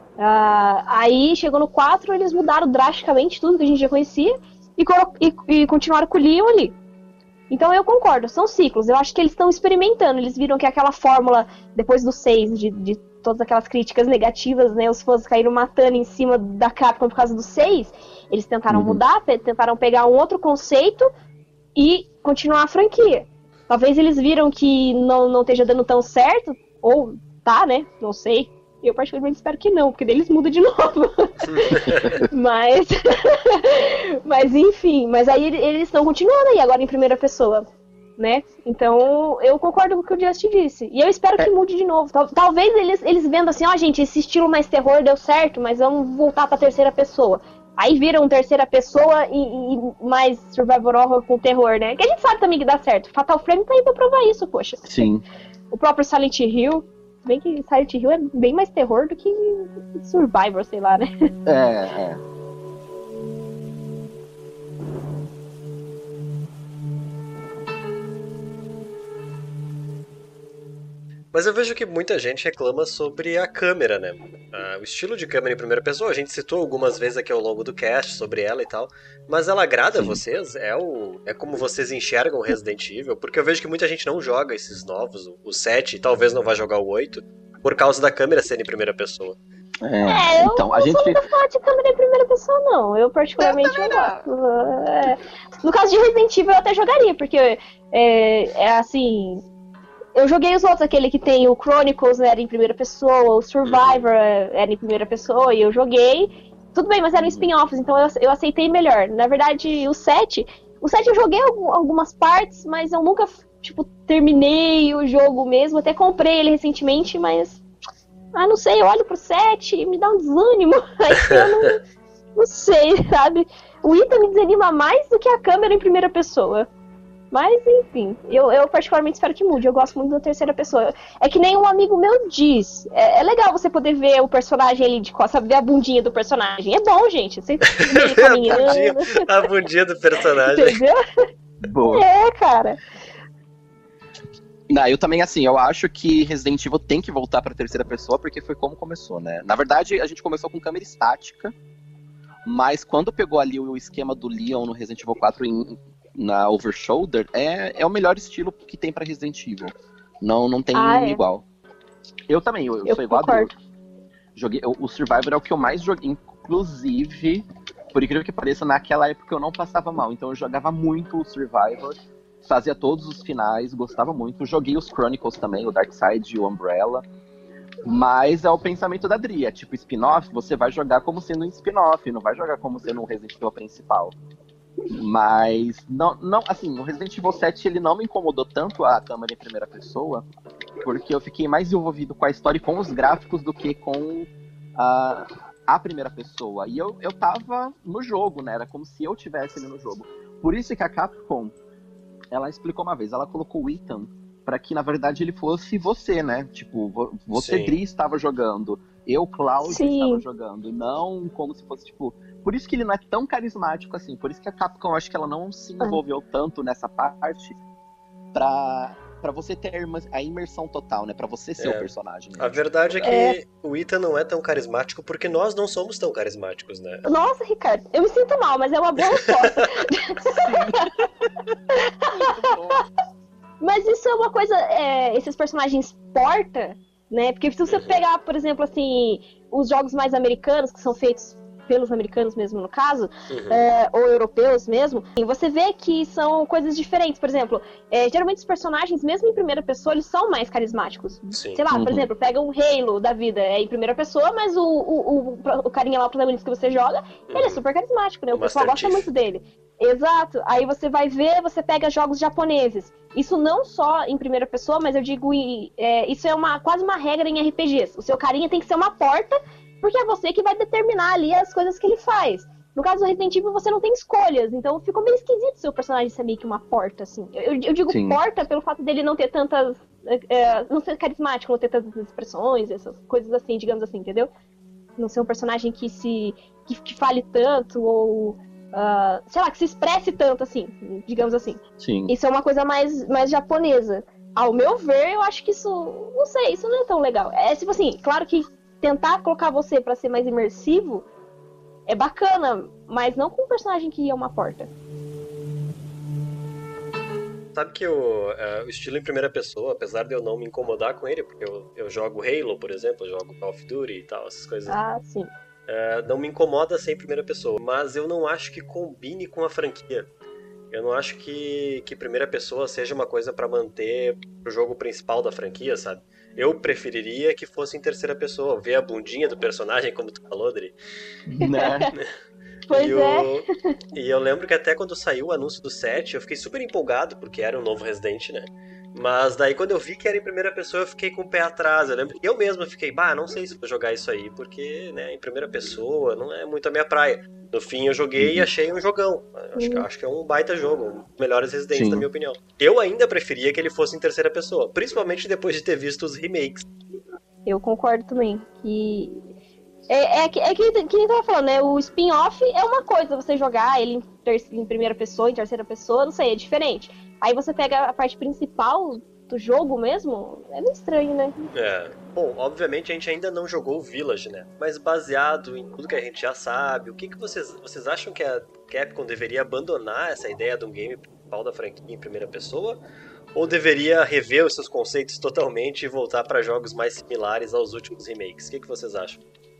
Ah, aí chegou no quatro, eles mudaram drasticamente tudo que a gente já conhecia e, colo- e, e continuaram com o Leon ali. Então eu concordo, são ciclos. Eu acho que eles estão experimentando. Eles viram que aquela fórmula, depois do seis, de, de todas aquelas críticas negativas, né? Os fãs caíram matando em cima da Capcom por causa do seis. Eles tentaram Uhum. mudar, pe- tentaram pegar um outro conceito e continuar a franquia. Talvez eles viram que não, não esteja dando tão certo, ou tá, né? Não sei. Eu particularmente espero que não, porque daí eles mudam de novo. mas, mas enfim, mas aí eles estão continuando aí agora em primeira pessoa, né? Então eu concordo com o que o Just disse. E eu espero que mude de novo. Tal- talvez eles, eles vendo assim, ó, gente, esse estilo mais terror deu certo, mas vamos voltar pra terceira pessoa. Aí viram terceira pessoa e, e mais survival horror com terror, né? Que a gente sabe também que dá certo. Fatal Frame tá aí pra provar isso, poxa. Sim. O próprio Silent Hill. Se bem que Silent Hill é bem mais terror do que Survivor, sei lá, né? É, é. Mas eu vejo que muita gente reclama sobre a câmera, né? Ah, o estilo de câmera em primeira pessoa, a gente citou algumas vezes aqui ao longo do cast sobre ela e tal. Mas ela agrada a Sim. vocês? É, o, é como vocês enxergam Resident Evil? Porque eu vejo que muita gente não joga esses novos, o- o sete, e talvez não vá jogar o oito, por causa da câmera ser em primeira pessoa. É, É, eu então, a não gente. sou muito fã de câmera em primeira pessoa, não. Eu particularmente não gosto. É, no caso de Resident Evil, eu até jogaria, porque é, é assim... Eu joguei os outros, aquele que tem o Chronicles, né, era em primeira pessoa, o Survivor é, era em primeira pessoa, e eu joguei. Tudo bem, mas eram spin-offs, então eu, eu aceitei melhor. Na verdade, o sete... O sete eu joguei algum- algumas partes, mas eu nunca, tipo, terminei o jogo mesmo. Até comprei ele recentemente, mas... Ah, não sei, eu olho pro sete e me dá um desânimo. Aí eu não, não sei, sabe? O Ita me desanima mais do que a câmera em primeira pessoa. Mas, enfim, eu, eu particularmente espero que mude. Eu gosto muito da terceira pessoa. É que nem um amigo meu diz. É, é legal você poder ver o personagem ali de costas, sabe? Ver a bundinha do personagem. É bom, gente. Você vê ele a, caminhando. bundinha, a bundinha do personagem. Entendeu? Boa. É, cara. Não, eu também, assim, eu acho que Resident Evil tem que voltar pra terceira pessoa, porque foi como começou, né? Na verdade, a gente começou com câmera estática, mas quando pegou ali o esquema do Leon no Resident Evil quatro em, na Overshoulder, é, é o melhor estilo que tem pra Resident Evil. Não, não tem Ah, é. igual. Eu também, eu, eu Eu sou igual concordo. a Deus. Joguei, o, o Survivor é o que eu mais joguei, inclusive, por incrível que pareça, naquela época eu não passava mal, então eu jogava muito o Survivor, fazia todos os finais, gostava muito. Joguei os Chronicles também, o Darkseid e o Umbrella. Mas é o pensamento da Dri, é tipo spin-off, você vai jogar como sendo um spin-off, não vai jogar como sendo um Resident Evil principal. Mas, não, não, assim, o Resident Evil sete ele não me incomodou tanto a câmera em primeira pessoa, porque eu fiquei mais envolvido com a história e com os gráficos do que com a, a primeira pessoa. E eu, eu tava no jogo, né? Era como se eu tivesse ali no jogo. Por isso que a Capcom, ela explicou uma vez, ela colocou o Ethan pra que, na verdade, ele fosse você, né? Tipo, você, Sim. Dri, estava jogando, eu, Cláudio, Sim. estava jogando. E não como se fosse, tipo... Por isso que ele não é tão carismático assim. Por isso que a Capcom, eu acho que ela não se envolveu tanto nessa parte pra, pra você ter a imersão total, né? Pra você ser É. o personagem. A Né? verdade é que É. o Ethan não é tão carismático porque nós não somos tão carismáticos, né? Nossa, Ricardo, eu me sinto mal, mas é uma boa resposta. Muito bom. Mas isso é uma coisa, é, esses personagens porta, né? Porque se você pegar, por exemplo, assim, os jogos mais americanos, que são feitos pelos americanos mesmo, no caso, Uhum. é, ou europeus mesmo, e você vê que são coisas diferentes. Por exemplo, é, geralmente os personagens, mesmo em primeira pessoa, eles são mais carismáticos. Sim. Sei lá, Uhum. por exemplo, pega um Halo da vida, é em primeira pessoa, mas o, o, o, o carinha lá, o protagonista que você joga, ele é Uhum. super carismático, né? O O pessoal Master gosta Chief. muito dele. Exato. Aí você vai ver, você pega jogos japoneses. Isso não só em primeira pessoa, mas eu digo, em- é, isso é uma, quase uma regra em R P Gs. O seu carinha tem que ser uma porta, porque é você que vai determinar ali as coisas que ele faz. No caso do Resident Evil, você não tem escolhas, então ficou meio esquisito o seu personagem ser meio que uma porta, assim. Eu, eu digo Sim. porta pelo fato dele não ter tantas... é, não ser carismático, não ter tantas expressões, essas coisas assim, digamos assim, entendeu? Não ser um personagem que se... que, que fale tanto, ou... ah, sei lá, que se expresse tanto, assim, digamos assim. Sim. Isso é uma coisa mais, mais japonesa. Ao meu ver, eu acho que isso... Não sei, isso não é tão legal. É tipo assim, claro que tentar colocar você pra ser mais imersivo é bacana, mas não com um personagem que é uma porta. Sabe que o, é, o estilo em primeira pessoa, apesar de eu não me incomodar com ele, porque eu, eu jogo Halo, por exemplo, eu jogo Call of Duty e tal, essas coisas, Ah, sim. é, não me incomoda ser em primeira pessoa, mas eu não acho que combine com a franquia. Eu não acho que, que primeira pessoa seja uma coisa pra manter o jogo principal da franquia, sabe? Eu preferiria que fosse em terceira pessoa, ver a bundinha do personagem, como tu falou, Dri. Né? Pois e, é. o- e eu lembro que até quando saiu o anúncio do sete, eu fiquei super empolgado, porque era um novo Resident, né? Mas daí quando eu vi que era em primeira pessoa, eu fiquei com o pé atrás. Eu lembro que eu mesmo fiquei, bah, não sei se vou jogar isso aí, porque, né, em primeira pessoa não é muito a minha praia. No fim eu joguei e Uhum. achei um jogão. Acho, que, acho que é um baita jogo, um dos melhores Residents, Sim. na minha opinião. Eu ainda preferia que ele fosse em terceira pessoa, principalmente depois de ter visto os remakes. Eu concordo também. Que. É, é, que, é que, que nem tava falando, né? O spin-off é uma coisa, você jogar ele em, ter, em primeira pessoa, em terceira pessoa, não sei, é diferente. Aí você pega a parte principal do jogo mesmo, é meio estranho, né? É. Bom, obviamente a gente ainda não jogou o Village, né? Mas baseado em tudo que a gente já sabe, o que, que vocês, vocês acham que a Capcom deveria abandonar essa ideia de um game principal da franquia em primeira pessoa? Ou deveria rever os seus conceitos totalmente e voltar para jogos mais similares aos últimos remakes? O que, que vocês acham?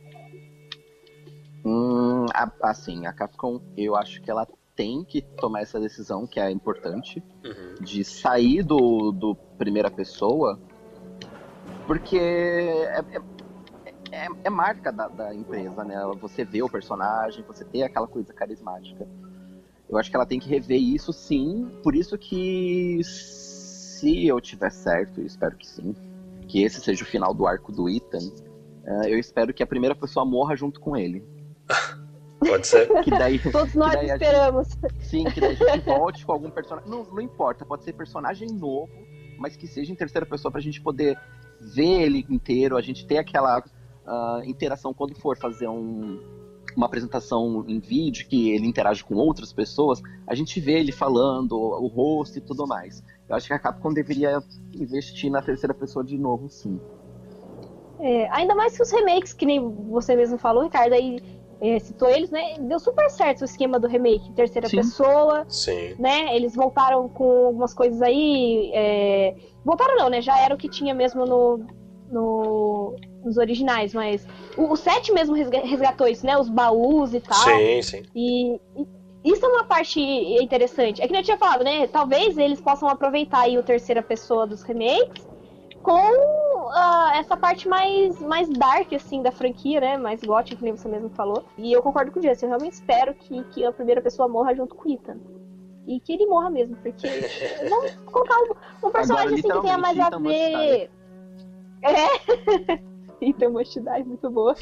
Hum, a- assim, a Capcom, eu acho que ela tem que tomar essa decisão, que é importante, Uhum. de sair do, do primeira pessoa, porque é, é, é- é marca da, da empresa, né? Você vê o personagem, você tem aquela coisa carismática. Eu acho que ela tem que rever isso, sim. Por isso que, se eu tiver certo, e espero que sim, que esse seja o final do arco do Ethan, eh, eu espero que a primeira pessoa morra junto com ele. Pode ser? Que daí, Todos nós daí a gente- esperamos. sim, que daí a gente volte com algum personagem. Não, não importa, pode ser personagem novo, mas que seja em terceira pessoa pra gente poder ver ele inteiro, a gente ter aquela ah, interação quando for fazer um, uma apresentação em vídeo, que ele interage com outras pessoas, a gente vê ele falando, o, o rosto e tudo mais. Eu acho que a Capcom deveria investir na terceira pessoa de novo, sim. É, ainda mais que os remakes, que nem você mesmo falou, Ricardo, aí é, citou eles, né? Deu super certo o esquema do remake, terceira Sim. pessoa, Sim. né? Eles voltaram com algumas coisas aí. é, Voltaram não, né? Já era o que tinha mesmo no, no- nos originais, mas o, o sete mesmo resga- resgatou isso, né? Os baús e tal. Sim, sim. E, e isso é uma parte interessante. É que nem eu tinha falado, né? Talvez eles possam aproveitar aí o terceira pessoa dos remakes com uh, essa parte mais, mais dark, assim, da franquia, né? Mais gótica, que nem você mesmo falou. E eu concordo com o Jesse, eu realmente espero que, que a primeira pessoa morra junto com o Ethan. E que ele morra mesmo, porque vamos colocar um, um personagem Agora, assim que tenha mais a Ethan ver. É. Ethan Must Die, muito boa.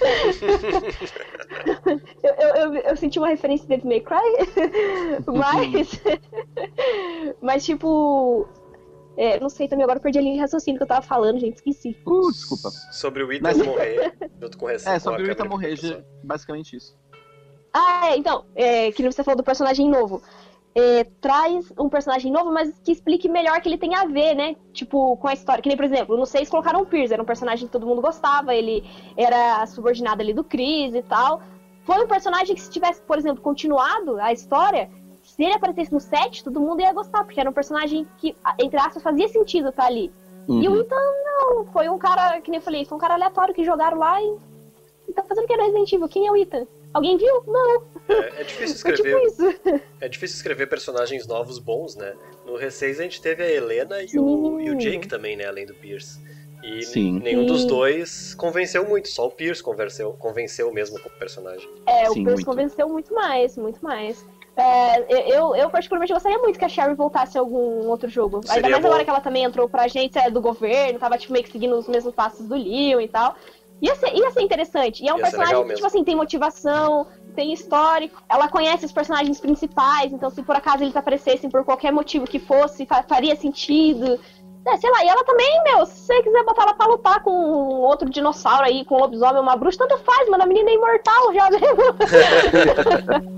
eu, eu, eu, eu senti uma referência de Devil May Cry, mas. mas, tipo. É, não sei também, agora eu perdi a linha de raciocínio que eu tava falando, gente, esqueci. Uh, desculpa. Sobre o Ethan Mas- morrer junto com o Rec- É, com sobre a o Ethan câmera de morrer, proteção. já- basicamente isso. Ah, é, então, é, que nem você falou do personagem novo. É, traz um personagem novo, mas que explique melhor que ele tem a ver, né? Tipo, com a história. Que nem, por exemplo, no seis colocaram o Pierce, era um personagem que todo mundo gostava, ele era subordinado ali do Chris e tal. Foi um personagem que, se tivesse, por exemplo, continuado a história, se ele aparecesse no sete, todo mundo ia gostar, porque era um personagem que, entre aspas, fazia sentido estar ali. E o Uhum. Ethan, não, foi um cara, que nem eu falei, foi um cara aleatório que jogaram lá e, e tá fazendo o que era Resident Evil. Quem é o Ethan? Alguém viu? Não. É, é difícil Foi tipo escrever. isso. É difícil escrever personagens novos bons, né? No R seis a gente teve a Helena e Sim. o, e o Jake também, né? Além do Pierce. E Sim. nenhum dos Sim. dois convenceu muito, só o Pierce convenceu, convenceu mesmo como personagem. É, o Sim, Pierce muito. convenceu muito mais, muito mais. É, eu, eu particularmente gostaria muito que a Sherry voltasse a algum outro jogo. Seria Ainda mais bom. agora que ela também entrou pra agência do governo, tava tipo, meio que seguindo os mesmos passos do Leon e tal. Ia ser, ia ser interessante. E é um Ia ser personagem legal que, mesmo. tipo assim, tem motivação, tem histórico. Ela conhece os personagens principais, então se por acaso eles aparecessem por qualquer motivo que fosse, fa- faria sentido. É, sei lá, e ela também, meu, se você quiser botar ela pra lutar com outro dinossauro aí, com um lobisomem ou uma bruxa, tanto faz, mano, a menina é imortal já mesmo.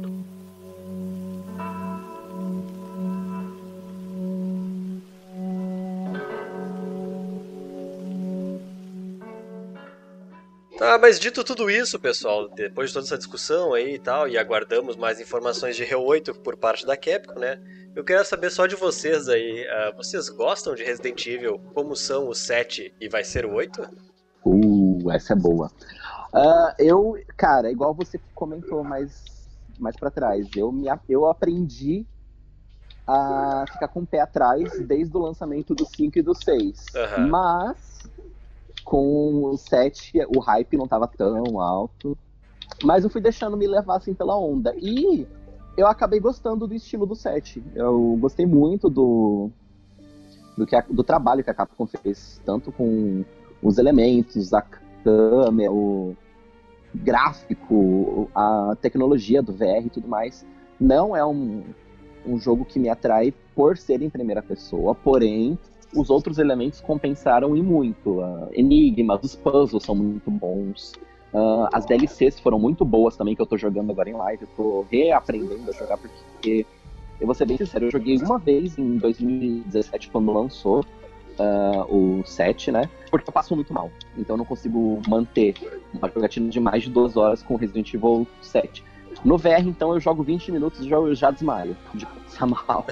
Tá, mas dito tudo isso, pessoal, depois de toda essa discussão aí e tal, e aguardamos mais informações de R oito por parte da Capcom, né? Eu queria saber só de vocês aí, uh, vocês gostam de Resident Evil como são o sete e vai ser o oito? Uh, essa é boa. Ah, eu, cara, igual você comentou mais, mais pra trás, eu, me, eu aprendi a ficar com o pé atrás desde o lançamento do cinco e do seis. Aham. Mas com o sete o hype não tava tão alto. Mas eu fui deixando me levar assim pela onda. E eu acabei gostando do estilo do sete. Eu gostei muito do, do, que a, do trabalho que a Capcom fez, tanto com os elementos, a câmera, o gráfico, a tecnologia do V R e tudo mais. Não é um, um jogo que me atrai por ser em primeira pessoa, porém os outros elementos compensaram e muito. Uh, enigmas, os puzzles são muito bons. Uh, as D L Cs foram muito boas também, que eu tô jogando agora em live. Eu tô reaprendendo a jogar, porque, eu vou ser bem sincero, eu joguei uma vez em dois mil e dezessete, quando lançou uh, o sete, né? Porque eu passo muito mal. Então eu não consigo manter uma jogatina de mais de duas horas com Resident Evil sete. No V R, então, eu jogo vinte minutos e já, eu já desmaio de passar mal.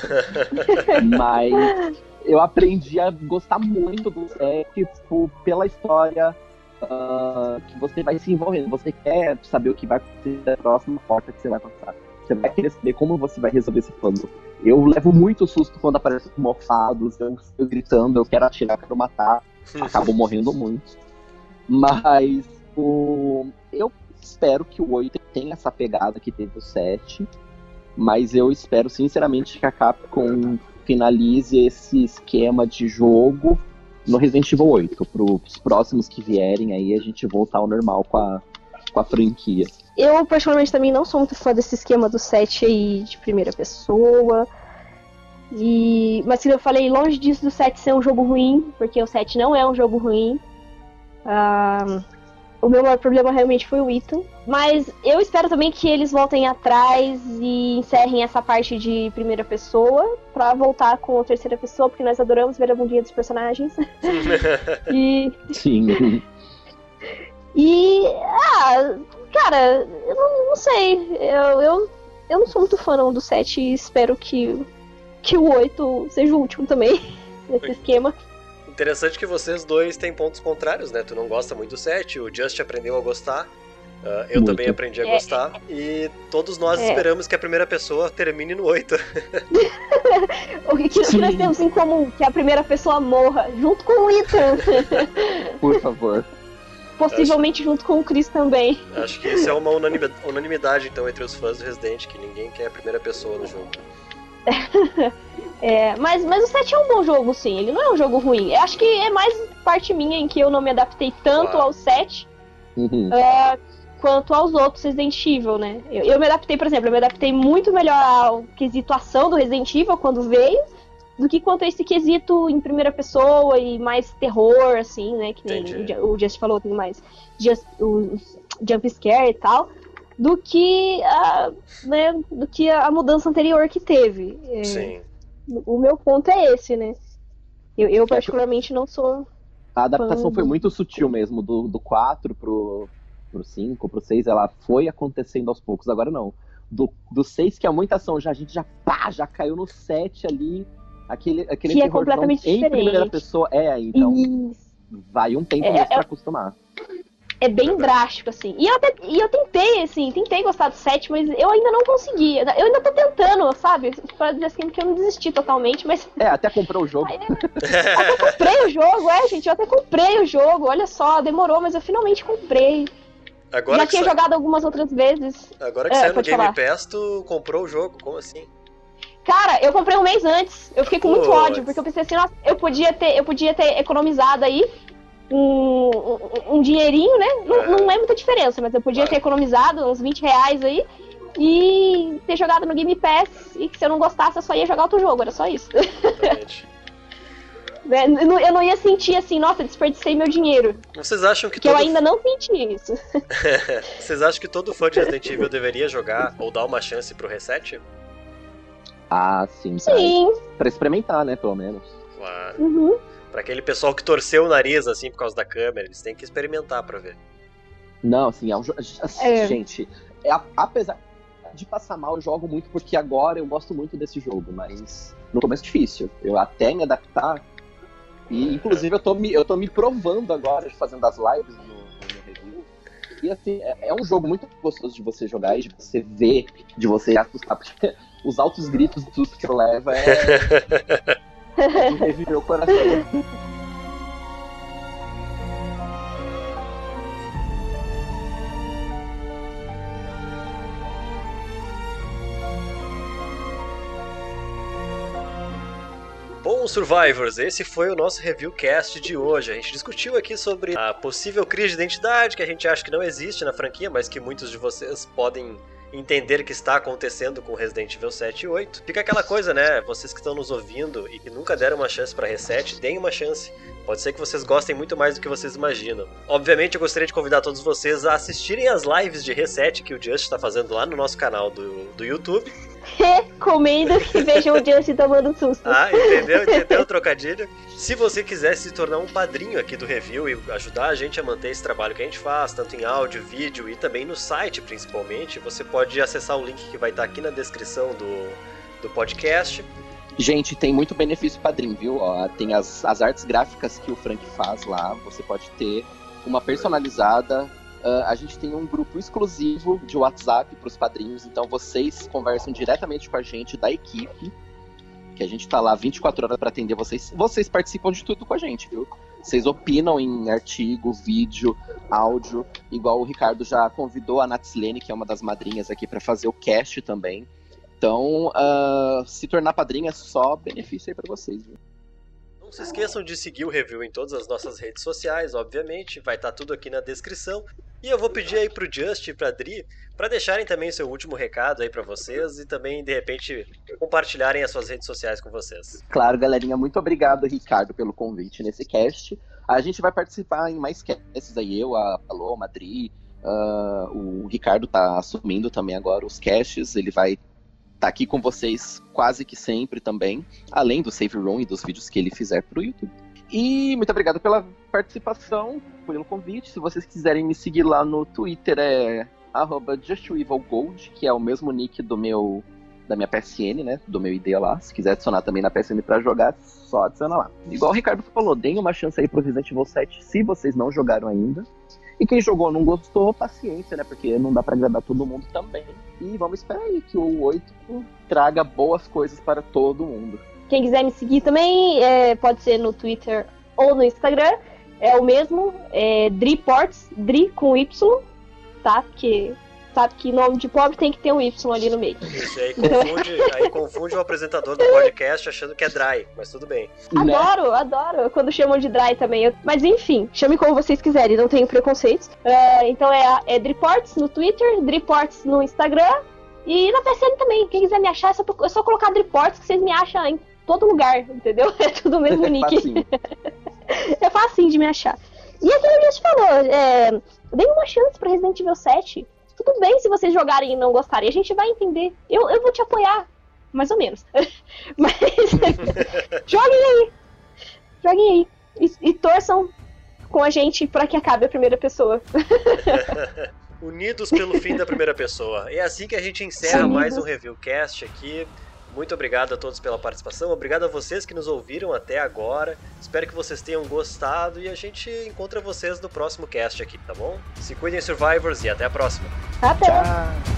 Mas eu aprendi a gostar muito do sete, tipo, pela história uh, que você vai se envolvendo. Você quer saber o que vai acontecer da próxima porta que você vai passar. Você vai querer saber como você vai resolver esse puzzle. Eu levo muito susto quando aparecem mofados, eu, eu gritando, eu quero atirar, eu quero matar. Acabo morrendo muito. Mas o... eu espero que o oito tenha essa pegada que teve o sete. Mas eu espero sinceramente que a Capcom finalize esse esquema de jogo no Resident Evil oito. Para os próximos que vierem aí, a gente voltar ao normal com a, com a franquia. Eu, particularmente, também não sou muito fã desse esquema do sete aí de primeira pessoa. E... Mas, como eu falei, longe disso do sete ser um jogo ruim, porque o sete não é um jogo ruim. Ah, o meu maior problema realmente foi o Ethan. Mas eu espero também que eles voltem atrás e encerrem essa parte de primeira pessoa pra voltar com a terceira pessoa, porque nós adoramos ver a bundinha dos personagens. e... Sim. E, ah, cara, eu não, não sei, eu, eu, eu não sou muito fã não do sete e espero que, que o oito seja o último também, nesse esquema. Interessante que vocês dois têm pontos contrários, né? Tu não gosta muito do sete, o Just aprendeu a gostar, uh, eu Muito. também aprendi a É. gostar, e todos nós É. esperamos que a primeira pessoa termine no oito. O que, que Sim. nós temos em comum? Que a primeira pessoa morra, junto com o Ethan. Por favor. Possivelmente junto com o Chris também. Acho que isso é uma unanimidade, unanimidade, então, entre os fãs do Resident, que ninguém quer a primeira pessoa no jogo. É, mas, mas o sete é um bom jogo, sim. Ele não é um jogo ruim. Eu acho que é mais parte minha em que eu não me adaptei tanto Claro. ao sete Uhum. é, quanto aos outros Resident Evil, né? Eu, eu me adaptei, por exemplo, eu me adaptei muito melhor ao quesito ação do Resident Evil quando veio, do que quanto a esse quesito em primeira pessoa e mais terror, assim, né? Que nem Entendi. o Just falou, tem mais just, o jump scare e tal, do que a, né, do que a mudança anterior que teve. É, Sim. o meu ponto é esse, né? Eu, eu particularmente não sou. A adaptação Fã. foi muito sutil mesmo, do, do quatro pro, pro cinco, pro seis, ela foi acontecendo aos poucos, agora não. Do, do seis, que é muita ação, já, a gente já, pá, já caiu no sete ali, aquele, aquele Que é terrorzão completamente em primeira diferente. pessoa, é, então Isso. vai um tempo É, mesmo é- pra acostumar. É bem drástico, assim. E eu, até, e eu tentei, assim, tentei gostar do sete, mas eu ainda não consegui. Eu ainda tô tentando, sabe? Pra dizer assim, porque eu não desisti totalmente, mas. É, até comprou o jogo. Ai, é. Até comprei o jogo, é, gente. Eu até comprei o jogo. Olha só, demorou, mas eu finalmente comprei. Agora Já que, tinha sa... jogado algumas outras vezes. Agora que É, saiu no pode Game falar. Pass, tu comprou o jogo, como assim? Cara, eu comprei um mês antes. Eu fiquei com muito Puts. ódio, porque eu pensei assim, nossa, eu podia ter, eu podia ter economizado aí um, um, um dinheirinho, né? Não, Aham. não é muita diferença, mas eu podia Claro. ter economizado uns vinte reais aí e ter jogado no Game Pass. E que se eu não gostasse, eu só ia jogar outro jogo, era só isso. Exatamente. Eu não- eu não ia sentir assim, nossa, desperdicei meu dinheiro. Vocês acham que Que eu todo... ainda não senti isso. Vocês acham que todo fã de Resident Evil deveria jogar ou dar uma chance pro Reset? Ah, sim, pra, Sim. pra experimentar, né, pelo menos. Claro. Uhum. Pra aquele pessoal que torceu o nariz, assim, por causa da câmera, eles têm que experimentar pra ver. Não, assim, é um jogo. É. Gente, é, a- apesar de passar mal, eu jogo muito porque agora eu gosto muito desse jogo, mas no começo é difícil. Eu até me adaptar. E inclusive eu tô me, eu tô me provando agora, fazendo as lives no, no review. E assim, é, é um jogo muito gostoso de você jogar e de você ver, de você assustar, porque os altos gritos do susto que eu levo é de reviver o coração. Bom, Survivors, esse foi o nosso review cast de hoje. A gente discutiu aqui sobre a possível crise de identidade que a gente acha que não existe na franquia, mas que muitos de vocês podem entender que está acontecendo com Resident Evil sete e oito. Fica aquela coisa, né? Vocês que estão nos ouvindo e que nunca deram uma chance para Reset, deem uma chance. Pode ser que vocês gostem muito mais do que vocês imaginam. Obviamente, eu gostaria de convidar todos vocês a assistirem as lives de Reset que o Just está fazendo lá no nosso canal do, do YouTube. Recomendo que vejam o Justin tomando susto. Ah, entendeu? Entendeu o trocadilho? Se você quiser se tornar um padrinho aqui do review e ajudar a gente a manter esse trabalho que a gente faz, tanto em áudio, vídeo e também no site principalmente, você pode acessar o link que vai estar aqui na descrição do, do podcast. Gente, tem muito benefício padrinho, viu? Ó, tem as, as artes gráficas que o Frank faz lá, você pode ter uma personalizada. Uh, a gente tem um grupo exclusivo de WhatsApp para os padrinhos, então vocês conversam diretamente com a gente da equipe, que a gente tá lá vinte e quatro horas para atender vocês. Vocês participam de tudo com a gente, viu? Vocês opinam em artigo, vídeo, áudio, igual o Ricardo já convidou a Natslene, que é uma das madrinhas aqui, para fazer o cast também. Então, uh, se tornar padrinho é só benefício aí para vocês, viu? Não se esqueçam de seguir o review em todas as nossas redes sociais, obviamente, vai estar tudo aqui na descrição. E eu vou pedir aí pro Just e pra Dri para deixarem também seu último recado aí para vocês e também, de repente, compartilharem as suas redes sociais com vocês. Claro, galerinha, muito obrigado, Ricardo, pelo convite nesse cast. A gente vai participar em mais casts aí, eu, a Paloma, a Dri, uh, o Ricardo tá assumindo também agora os casts, ele vai tá aqui com vocês quase que sempre também, além do Save Room e dos vídeos que ele fizer pro YouTube. E muito obrigado pela participação, pelo convite. Se vocês quiserem me seguir lá no Twitter, é arroba justevilgold, que é o mesmo nick do meu, da minha P S N, né? Do meu I D lá. Se quiser adicionar também na P S N pra jogar, só adiciona lá. Igual o Ricardo falou, deem uma chance aí pro Resident Evil sete, se vocês não jogaram ainda. E quem jogou não gostou, paciência, né? Porque não dá pra agradar todo mundo também. E vamos esperar aí que o oito traga boas coisas para todo mundo. Quem quiser me seguir também, é, pode ser no Twitter ou no Instagram. é o mesmo, é Driports, Dri com Y, tá? Porque sabe que nome de pobre tem que ter um Y ali no meio. Isso, aí confunde, aí confunde o apresentador do podcast achando que é Dry, mas tudo bem. Adoro, né? adoro quando chamam de Dry também. Eu... Mas enfim, chame como vocês quiserem, não tenho preconceitos. Uh, então é, é Driports no Twitter, Driports no Instagram e na P S N também. Quem quiser me achar, é só, é só colocar Driports que vocês me acham em todo lugar, entendeu? É tudo o mesmo nick. É facinho de me achar. E aquilo que a gente falou, é... dei uma chance pra Resident Evil sete. Tudo bem se vocês jogarem e não gostarem, a gente vai entender. Eu, eu vou te apoiar, mais ou menos. Mas joguem aí. Joguem aí. E, e torçam com a gente para que acabe a primeira pessoa. Unidos pelo fim da primeira pessoa. É assim que a gente encerra Unidos. mais um Reviewcast aqui. Muito obrigado a todos pela participação, obrigado a vocês que nos ouviram até agora. Espero que vocês tenham gostado e a gente encontra vocês no próximo cast aqui, tá bom? Se cuidem, Survivors, e até a próxima. Até! Tchau.